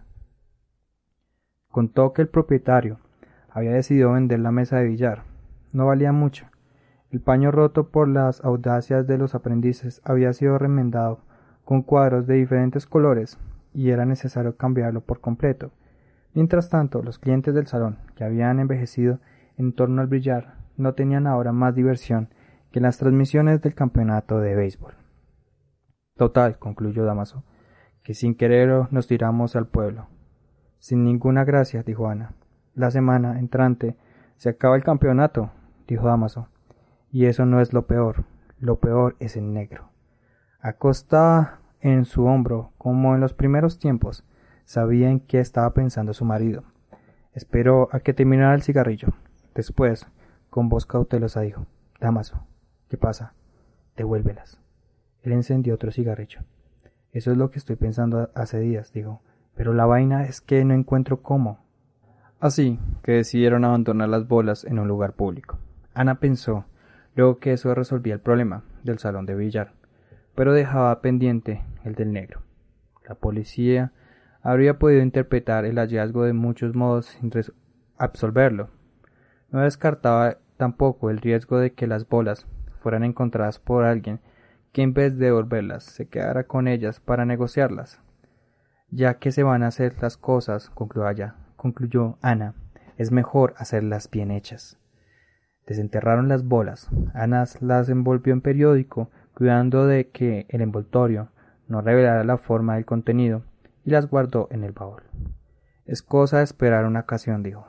Contó que el propietario había decidido vender la mesa de billar. No valía mucho. El paño roto por las audacias de los aprendices había sido remendado con cuadros de diferentes colores y era necesario cambiarlo por completo. Mientras tanto, los clientes del salón, que habían envejecido en torno al billar, no tenían ahora más diversión que las transmisiones del campeonato de béisbol. «Total», concluyó Dámaso, «que sin quererlo nos tiramos al pueblo». «Sin ninguna gracia», dijo Ana. «La semana entrante se acaba el campeonato», dijo Dámaso. «Y eso no es lo peor es el negro». Acostada en su hombro, como en los primeros tiempos, sabía en qué estaba pensando su marido. Esperó a que terminara el cigarrillo. Después, con voz cautelosa, dijo: «Dámaso, ¿qué pasa? Devuélvelas». Él encendió otro cigarrillo. «Eso es lo que estoy pensando hace días», dijo, «pero la vaina es que no encuentro cómo». Así que decidieron abandonar las bolas en un lugar público. Ana pensó luego que eso resolvía el problema del salón de billar, pero dejaba pendiente el del negro. La policía habría podido interpretar el hallazgo de muchos modos sin absolverlo. No descartaba tampoco el riesgo de que las bolas fueran encontradas por alguien que en vez de devolverlas se quedara con ellas para negociarlas. «Ya que se van a hacer las cosas», concluyó Ana, «es mejor hacerlas bien hechas». Desenterraron las bolas. Ana las envolvió en periódico cuidando de que el envoltorio no revelara la forma del contenido, y las guardó en el baúl. Es cosa de esperar una ocasión, dijo.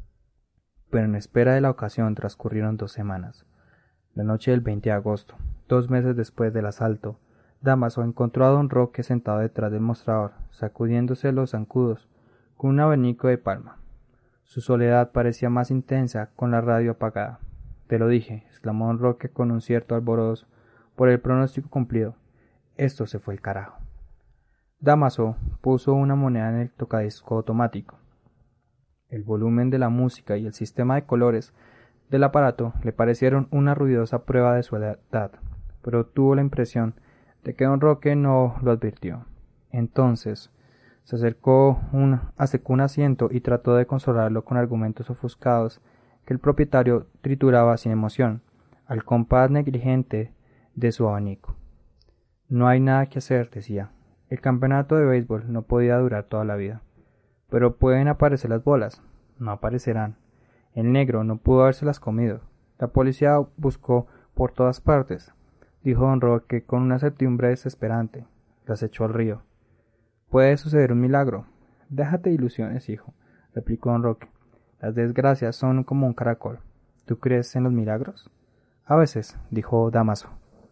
Pero en espera de la ocasión transcurrieron 2 semanas. La noche del 20 de agosto, 2 meses después del asalto, Dámaso encontró a don Roque sentado detrás del mostrador, sacudiéndose los zancudos, con un abanico de palma. Su soledad parecía más intensa con la radio apagada. Te lo dije, exclamó don Roque con un cierto alborozo por el pronóstico cumplido. Esto se fue el carajo. Dámaso puso una moneda en el tocadisco automático. El volumen de la música y el sistema de colores del aparato le parecieron una ruidosa prueba de su edad, pero tuvo la impresión de que don Roque no lo advirtió. Entonces se acercó un asiento y trató de consolarlo con argumentos ofuscados que el propietario trituraba sin emoción, al compás negligente de su abanico. No hay nada que hacer, decía. El campeonato de béisbol no podía durar toda la vida. Pero pueden aparecer las bolas. No aparecerán. El negro no pudo habérselas comido. La policía buscó por todas partes, dijo don Roque con una certidumbre desesperante. Las echó al río. Puede suceder un milagro. Déjate de ilusiones, hijo, replicó don Roque. Las desgracias son como un caracol. ¿Tú crees en los milagros? A veces, dijo Dámaso.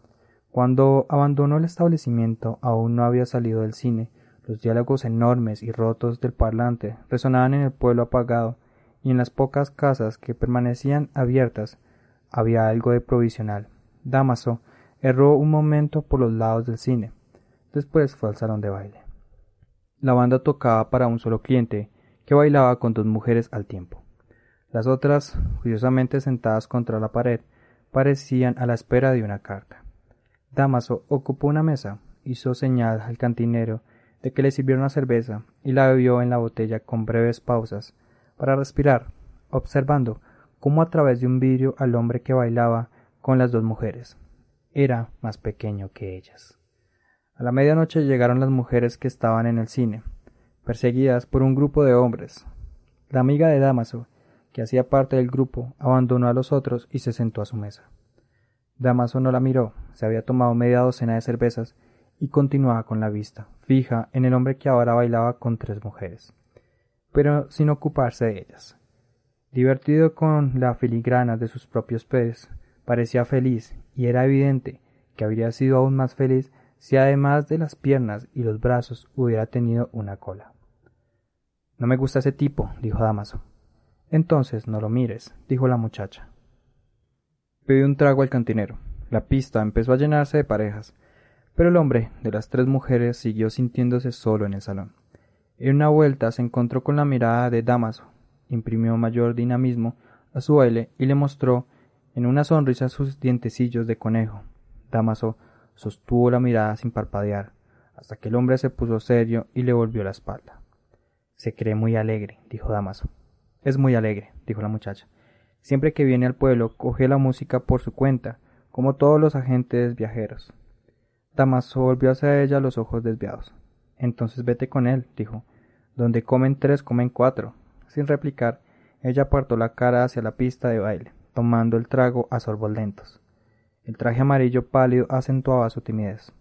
Cuando abandonó el establecimiento aún no había salido del cine. Los diálogos enormes y rotos del parlante resonaban en el pueblo apagado, y en las pocas casas que permanecían abiertas había algo de provisional. Dámaso erró un momento por los lados del cine. Después fue al salón de baile. La banda tocaba para un solo cliente, que bailaba con 2 mujeres al tiempo. Las otras, juiciosamente sentadas contra la pared, parecían a la espera de una carta. Dámaso ocupó una mesa, hizo señal al cantinero de que le sirviera una cerveza y la bebió en la botella con breves pausas para respirar, observando cómo a través de un vidrio al hombre que bailaba con las 2 mujeres. Era más pequeño que ellas. A la medianoche llegaron las mujeres que estaban en el cine, perseguidas por un grupo de hombres. La amiga de Dámaso, que hacía parte del grupo, abandonó a los otros y se sentó a su mesa. Dámaso no la miró, se había tomado media docena de cervezas y continuaba con la vista, fija en el hombre que ahora bailaba con 3 mujeres, pero sin ocuparse de ellas. Divertido con la filigrana de sus propios pies, parecía feliz, y era evidente que habría sido aún más feliz si además de las piernas y los brazos hubiera tenido una cola. No me gusta ese tipo, dijo Dámaso. Entonces no lo mires, dijo la muchacha. Pidió un trago al cantinero. La pista empezó a llenarse de parejas, pero el hombre de las 3 mujeres siguió sintiéndose solo en el salón. En una vuelta se encontró con la mirada de Dámaso, imprimió mayor dinamismo a su baile y le mostró en una sonrisa sus dientecillos de conejo. Dámaso sostuvo la mirada sin parpadear, hasta que el hombre se puso serio y le volvió la espalda. Se cree muy alegre, dijo Dámaso. Es muy alegre, dijo la muchacha. Siempre que viene al pueblo coge la música por su cuenta, como todos los agentes viajeros. Dámaso volvió hacia ella los ojos desviados. Entonces vete con él, dijo. Donde comen 3, comen 4. Sin replicar, ella apartó la cara hacia la pista de baile, tomando el trago a sorbos lentos. El traje amarillo pálido acentuaba su timidez.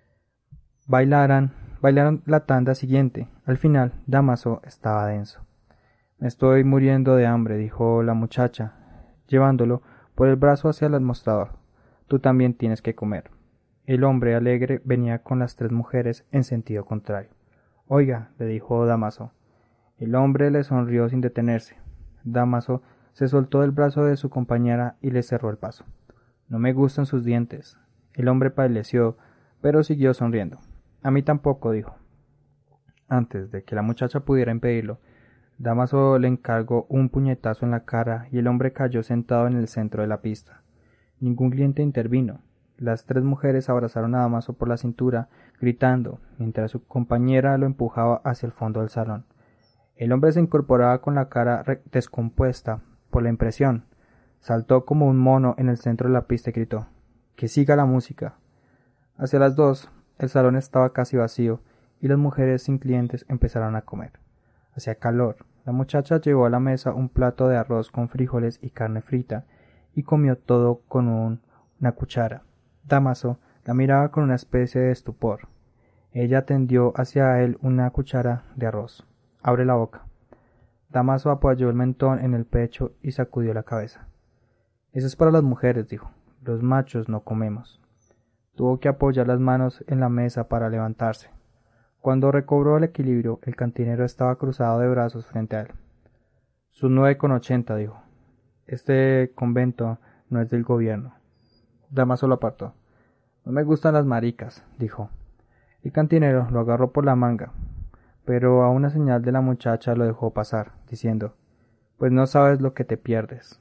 Bailaron la tanda siguiente. Al final, Dámaso estaba denso. Me estoy muriendo de hambre, dijo la muchacha, llevándolo por el brazo hacia el mostrador. Tú también tienes que comer. El hombre alegre venía con las 3 mujeres en sentido contrario. Oiga, le dijo Dámaso. El hombre le sonrió sin detenerse. Dámaso se soltó del brazo de su compañera y le cerró el paso. No me gustan sus dientes. El hombre palideció, pero siguió sonriendo. A mí tampoco, dijo. Antes de que la muchacha pudiera impedirlo, Dámaso le encargó un puñetazo en la cara y el hombre cayó sentado en el centro de la pista. Ningún cliente intervino. Las 3 mujeres abrazaron a Dámaso por la cintura, gritando, mientras su compañera lo empujaba hacia el fondo del salón. El hombre se incorporaba con la cara descompuesta por la impresión. Saltó como un mono en el centro de la pista y gritó: «¡Que siga la música!». Hacia las 2, el salón estaba casi vacío y las mujeres sin clientes empezaron a comer. Hacía calor. La muchacha llevó a la mesa un plato de arroz con frijoles y carne frita y comió todo con una cuchara. Dámaso La miraba con una especie de estupor. Ella tendió hacia él una cuchara de arroz. «Abre la boca». Dámaso apoyó el mentón en el pecho y sacudió la cabeza. «Eso es para las mujeres», dijo. «Los machos no comemos». Tuvo que apoyar las manos en la mesa para levantarse. Cuando recobró el equilibrio, el cantinero estaba cruzado de brazos frente a él. «Sus 9,80», dijo. «Este convento no es del gobierno». Dámaso lo apartó. «No me gustan las maricas», dijo. El cantinero lo agarró por la manga, pero a una señal de la muchacha lo dejó pasar, diciendo: «Pues no sabes lo que te pierdes».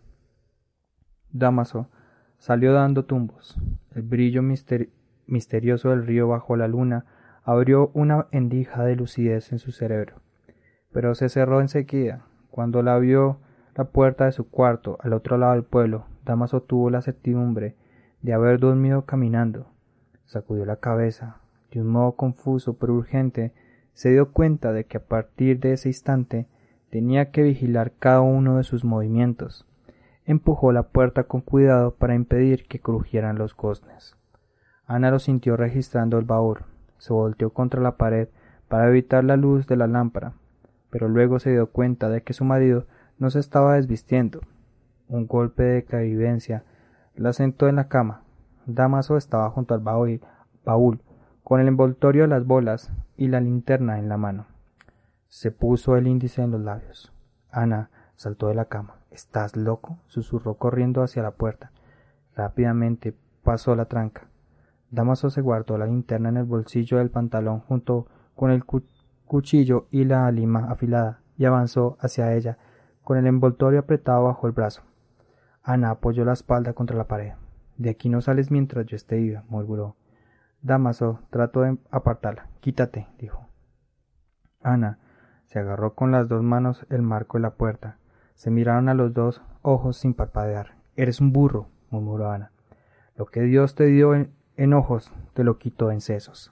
Dámaso salió dando tumbos. El brillo misterioso del río bajo la luna abrió una endija de lucidez en su cerebro, pero se cerró enseguida. Cuando la vio la puerta de su cuarto al otro lado del pueblo, Dámaso tuvo la certidumbre de haber dormido caminando. Sacudió la cabeza. De un modo confuso pero urgente, se dio cuenta de que a partir de ese instante tenía que vigilar cada uno de sus movimientos. Empujó la puerta con cuidado para impedir que crujieran los goznes. Ana lo sintió registrando el baúl. Se volteó contra la pared para evitar la luz de la lámpara, pero luego se dio cuenta de que su marido no se estaba desvistiendo. Un golpe de clarividencia la sentó en la cama. Dámaso estaba junto al baúl, con el envoltorio de las bolas y la linterna en la mano. Se puso el índice en los labios. Ana saltó de la cama. «¿Estás loco?», susurró corriendo hacia la puerta. Rápidamente pasó la tranca. Dámaso se guardó la linterna en el bolsillo del pantalón junto con el cuchillo y la lima afilada y avanzó hacia ella con el envoltorio apretado bajo el brazo. Ana apoyó la espalda contra la pared. «De aquí no sales mientras yo esté viva», murmuró. Dámaso trató de apartarla. «Quítate», dijo. Ana se agarró con las dos manos el marco de la puerta. Se miraron a los dos ojos sin parpadear. «Eres un burro», murmuró Ana. «Lo que Dios te dio en ojos te lo quitó en sesos».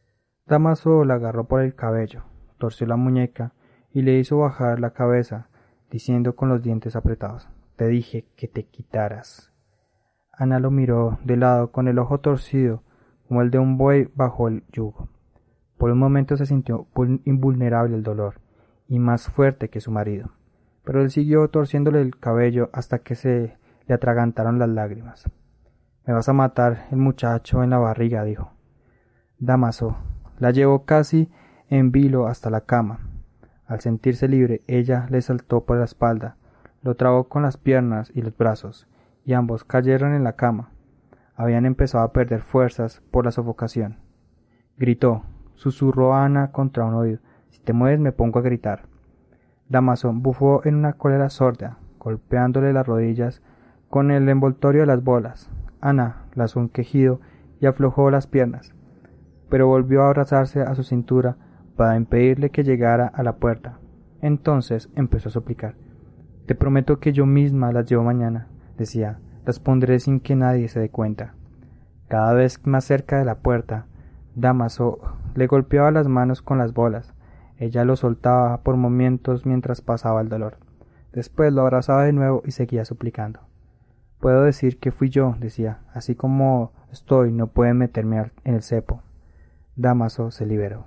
Dámaso la agarró por el cabello, torció la muñeca y le hizo bajar la cabeza, diciendo con los dientes apretados: «Te dije que te quitaras». Ana lo miró de lado con el ojo torcido como el de un buey bajo el yugo. Por un momento se sintió invulnerable al dolor, y más fuerte que su marido, pero él siguió torciéndole el cabello hasta que se le atragantaron las lágrimas. «Me vas a matar el muchacho en la barriga», dijo. Dámaso la llevó casi en vilo hasta la cama. Al sentirse libre, ella le saltó por la espalda, lo trabó con las piernas y los brazos, y ambos cayeron en la cama. Habían empezado a perder fuerzas por la sofocación. Gritó, susurró a Ana contra un oído: «Si te mueves me pongo a gritar». Dámaso bufó en una cólera sorda, golpeándole las rodillas con el envoltorio de las bolas. Ana lanzó un quejido y aflojó las piernas, pero volvió a abrazarse a su cintura para impedirle que llegara a la puerta. Entonces empezó a suplicar: «Te prometo que yo misma las llevo mañana», decía. «Las pondré sin que nadie se dé cuenta». Cada vez más cerca de la puerta, Dámaso le golpeaba las manos con las bolas. Ella lo soltaba por momentos mientras pasaba el dolor. Después lo abrazaba de nuevo y seguía suplicando. «Puedo decir que fui yo», decía. «Así como estoy no pueden meterme en el cepo». Dámaso se liberó.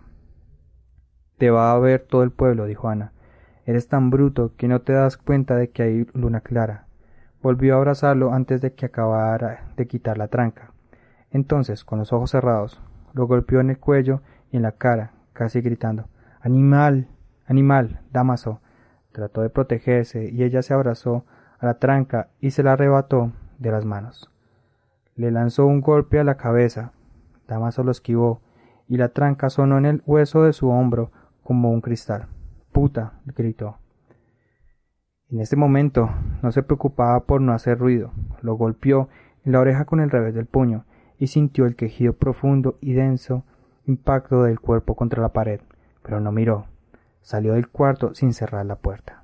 «Te va a ver todo el pueblo», dijo Ana. «Eres tan bruto que no te das cuenta de que hay luna clara». Volvió a abrazarlo antes de que acabara de quitar la tranca. Entonces, con los ojos cerrados, lo golpeó en el cuello y en la cara, casi gritando: «¡Animal! ¡Animal!». Dámaso trató de protegerse y ella se abrazó a la tranca y se la arrebató de las manos. Le lanzó un golpe a la cabeza. Dámaso lo esquivó y la tranca sonó en el hueso de su hombro como un cristal. «¡Puta!», gritó. En este momento no se preocupaba por no hacer ruido. Lo golpeó en la oreja con el revés del puño y sintió el quejido profundo y denso impacto del cuerpo contra la pared, pero no miró. Salió del cuarto sin cerrar la puerta.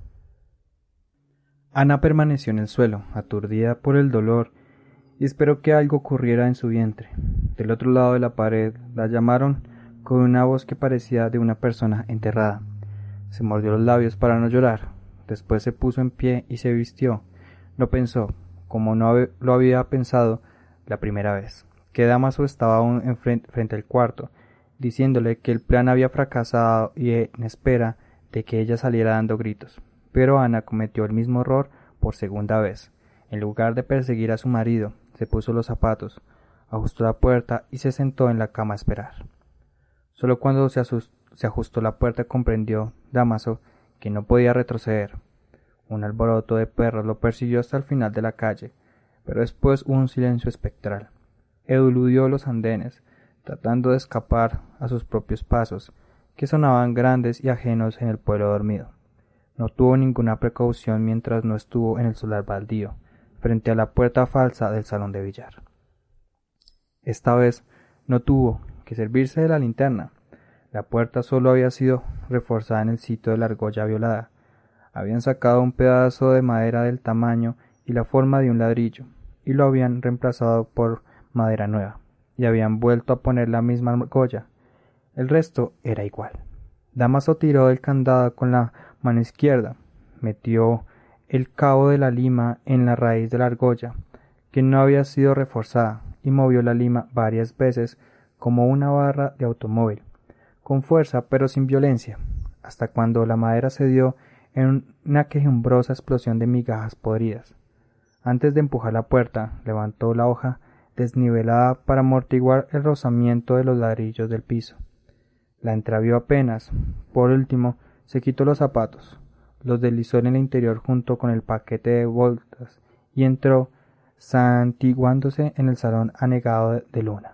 Ana permaneció en el suelo, aturdida por el dolor, y esperó que algo ocurriera en su vientre. Del otro lado de la pared la llamaron con una voz que parecía de una persona enterrada. Se mordió los labios para no llorar. Después se puso en pie y se vistió. No pensó, como no lo había pensado la primera vez, que Dámaso estaba aún frente al cuarto, diciéndole que el plan había fracasado y en espera de que ella saliera dando gritos. Pero Ana cometió el mismo error por segunda vez. En lugar de perseguir a su marido, se puso los zapatos, ajustó la puerta y se sentó en la cama a esperar. Solo cuando se ajustó la puerta comprendió Dámaso que no podía retroceder. Un alboroto de perros lo persiguió hasta el final de la calle, pero después hubo un silencio espectral. Eludió los andenes, tratando de escapar a sus propios pasos, que sonaban grandes y ajenos en el pueblo dormido. No tuvo ninguna precaución mientras no estuvo en el solar baldío, frente a la puerta falsa del salón de billar. Esta vez no tuvo que servirse de la linterna. La puerta solo había sido reforzada en el sitio de la argolla violada. Habían sacado un pedazo de madera del tamaño y la forma de un ladrillo, y lo habían reemplazado por madera nueva, y habían vuelto a poner la misma argolla. El resto era igual. Dámaso tiró del candado con la mano izquierda, metió el cabo de la lima en la raíz de la argolla, que no había sido reforzada, y movió la lima varias veces como una barra de automóvil, con fuerza pero sin violencia, hasta cuando la madera cedió en una quejumbrosa explosión de migajas podridas. Antes de empujar la puerta, levantó la hoja desnivelada para amortiguar el rozamiento de los ladrillos del piso. La entreabrió apenas. Por último, se quitó los zapatos, los deslizó en el interior junto con el paquete de bolsas y entró, santiguándose en el salón anegado de luna.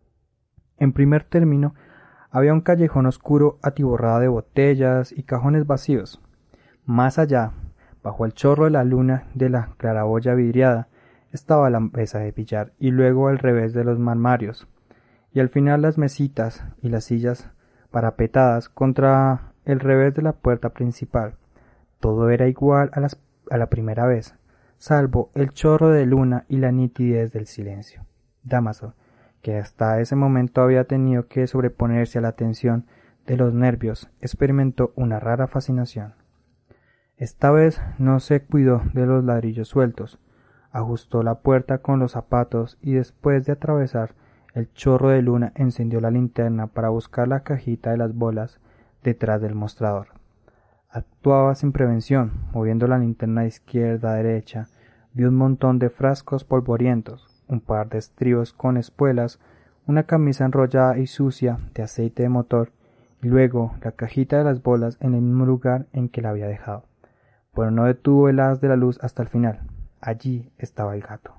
En primer término, había un callejón oscuro atiborrado de botellas y cajones vacíos. Más allá, bajo el chorro de la luna de la claraboya vidriada, estaba la mesa de billar y luego al revés de los armarios, y al final las mesitas y las sillas parapetadas contra el revés de la puerta principal. Todo era igual a la primera vez, salvo el chorro de luna y la nitidez del silencio. Dámaso, que hasta ese momento había tenido que sobreponerse a la tensión de los nervios, experimentó una rara fascinación. Esta vez no se cuidó de los ladrillos sueltos, ajustó la puerta con los zapatos y después de atravesar el chorro de luna encendió la linterna para buscar la cajita de las bolas detrás del mostrador. Actuaba sin prevención, moviendo la linterna de izquierda a derecha, vio un montón de frascos polvorientos, un par de estribos con espuelas, una camisa enrollada y sucia de aceite de motor, y luego la cajita de las bolas en el mismo lugar en que la había dejado. Pero no detuvo el haz de la luz hasta el final. Allí estaba el gato.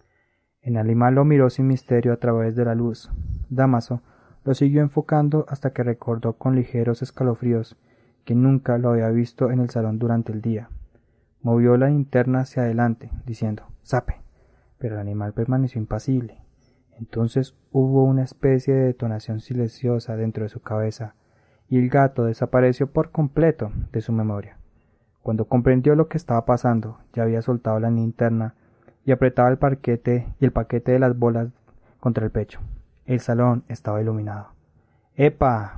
El animal lo miró sin misterio a través de la luz. Dámaso lo siguió enfocando hasta que recordó con ligeros escalofríos que nunca lo había visto en el salón durante el día. Movió la linterna hacia adelante, diciendo «¡Zape!», pero el animal permaneció impasible. Entonces hubo una especie de detonación silenciosa dentro de su cabeza, y el gato desapareció por completo de su memoria. Cuando comprendió lo que estaba pasando, ya había soltado la linterna y apretaba el paquete de las bolas contra el pecho. El salón estaba iluminado. «¡Epa!»,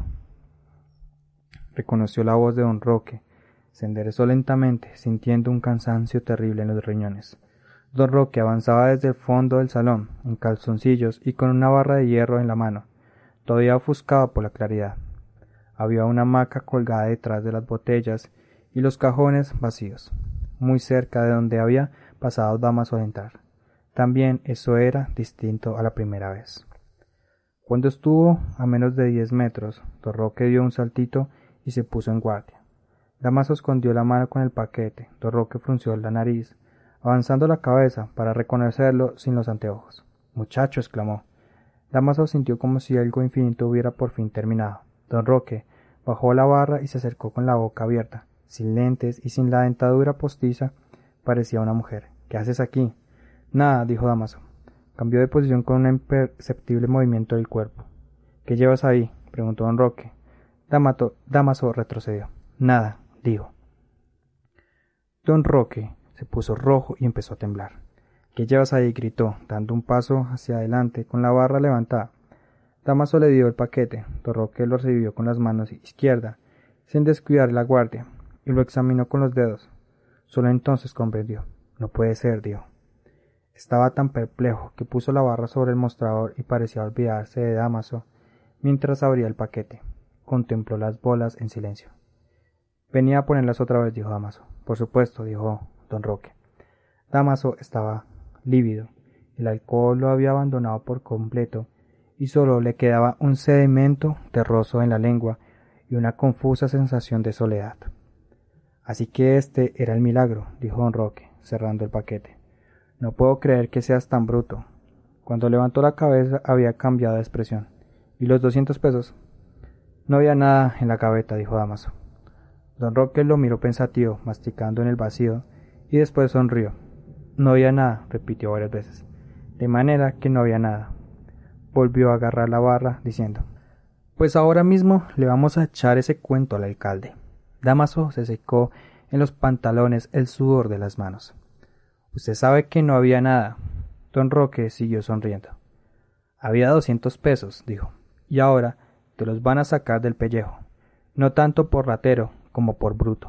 reconoció la voz de don Roque. Se enderezó lentamente, sintiendo un cansancio terrible en los riñones. Don Roque avanzaba desde el fondo del salón, en calzoncillos y con una barra de hierro en la mano, todavía ofuscado por la claridad. Había una hamaca colgada detrás de las botellas y los cajones vacíos, muy cerca de donde había pasado Dámaso al entrar. También eso era distinto a la primera vez. Cuando estuvo a menos de 10 metros, don Roque dio un saltito y se puso en guardia. Dámaso escondió la mano con el paquete. Don Roque frunció la nariz, avanzando la cabeza para reconocerlo sin los anteojos. «¡Muchacho!», exclamó. Dámaso sintió como si algo infinito hubiera por fin terminado. Don Roque bajó la barra y se acercó con la boca abierta. Sin lentes y sin la dentadura postiza, parecía una mujer. «¿Qué haces aquí?». «Nada», dijo Dámaso. Cambió de posición con un imperceptible movimiento del cuerpo. «¿Qué llevas ahí?», preguntó don Roque. Dámaso retrocedió. «Nada», dijo. Don Roque se puso rojo y empezó a temblar. «¿Qué llevas ahí?», gritó, dando un paso hacia adelante con la barra levantada. Dámaso le dio el paquete. Don Roque lo recibió con las manos izquierda, sin descuidar la guardia, y lo examinó con los dedos. Solo entonces comprendió. «No puede ser», dijo. Estaba tan perplejo que puso la barra sobre el mostrador y parecía olvidarse de Dámaso mientras abría el paquete. Contempló las bolas en silencio. «Venía a ponerlas otra vez», dijo Dámaso. «Por supuesto», dijo don Roque. Dámaso estaba lívido. El alcohol lo había abandonado por completo y solo le quedaba un sedimento terroso en la lengua y una confusa sensación de soledad. «Así que este era el milagro», dijo don Roque, cerrando el paquete. «No puedo creer que seas tan bruto». Cuando levantó la cabeza había cambiado de expresión. «¿Y los 200 pesos?» «No había nada en la gaveta», dijo Dámaso. Don Roque lo miró pensativo, masticando en el vacío, y después sonrió. «No había nada», repitió varias veces. «De manera que no había nada». Volvió a agarrar la barra, diciendo: «Pues ahora mismo le vamos a echar ese cuento al alcalde». Dámaso se secó en los pantalones el sudor de las manos. «Usted sabe que no había nada». Don Roque siguió sonriendo. «Había 200 pesos», dijo, «y ahora te los van a sacar del pellejo, no tanto por ratero como por bruto».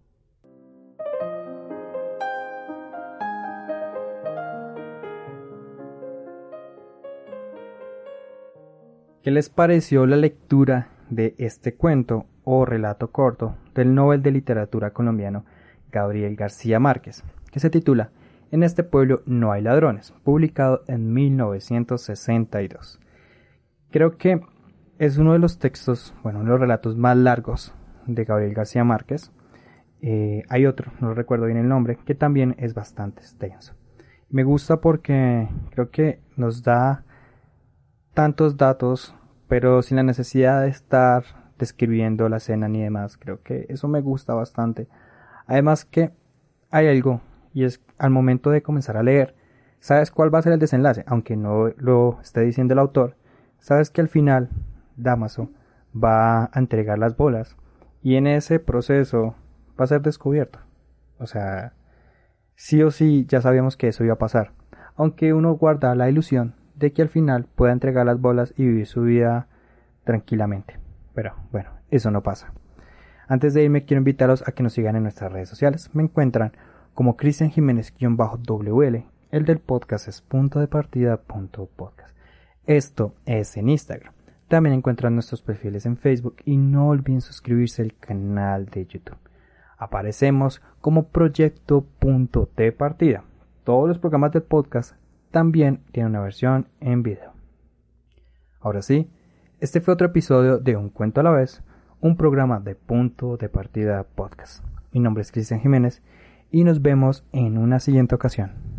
¿Qué les pareció la lectura de este cuento o relato corto del Nobel de Literatura colombiano Gabriel García Márquez, que se titula «En este pueblo no hay ladrones», publicado en 1962? Creo que es uno de los textos, uno de los relatos más largos de Gabriel García Márquez. Hay otro, no recuerdo bien el nombre, que también es bastante extenso. Me gusta porque creo que nos da tantos datos, pero sin la necesidad de estar describiendo la escena ni demás. Creo que eso me gusta bastante. Además que hay algo, y es al momento de comenzar a leer, sabes cuál va a ser el desenlace, aunque no lo esté diciendo el autor. Sabes que al final Dámaso va a entregar las bolas y en ese proceso va a ser descubierto. O sea, sí o sí ya sabíamos que eso iba a pasar, aunque uno guarda la ilusión de que al final pueda entregar las bolas y vivir su vida tranquilamente. Pero bueno, eso no pasa. Antes de irme quiero invitarlos a que nos sigan en nuestras redes sociales. Me encuentran como Cristian Jiménez-WL. El del podcast es puntodepartida.podcast. Esto es en Instagram. También encuentran nuestros perfiles en Facebook y no olviden suscribirse al canal de YouTube. Aparecemos como Proyecto Punto de Partida. Todos los programas del podcast también tienen una versión en video. Ahora sí, este fue otro episodio de Un Cuento a la Vez, un programa de Punto de Partida Podcast. Mi nombre es Cristian Jiménez y nos vemos en una siguiente ocasión.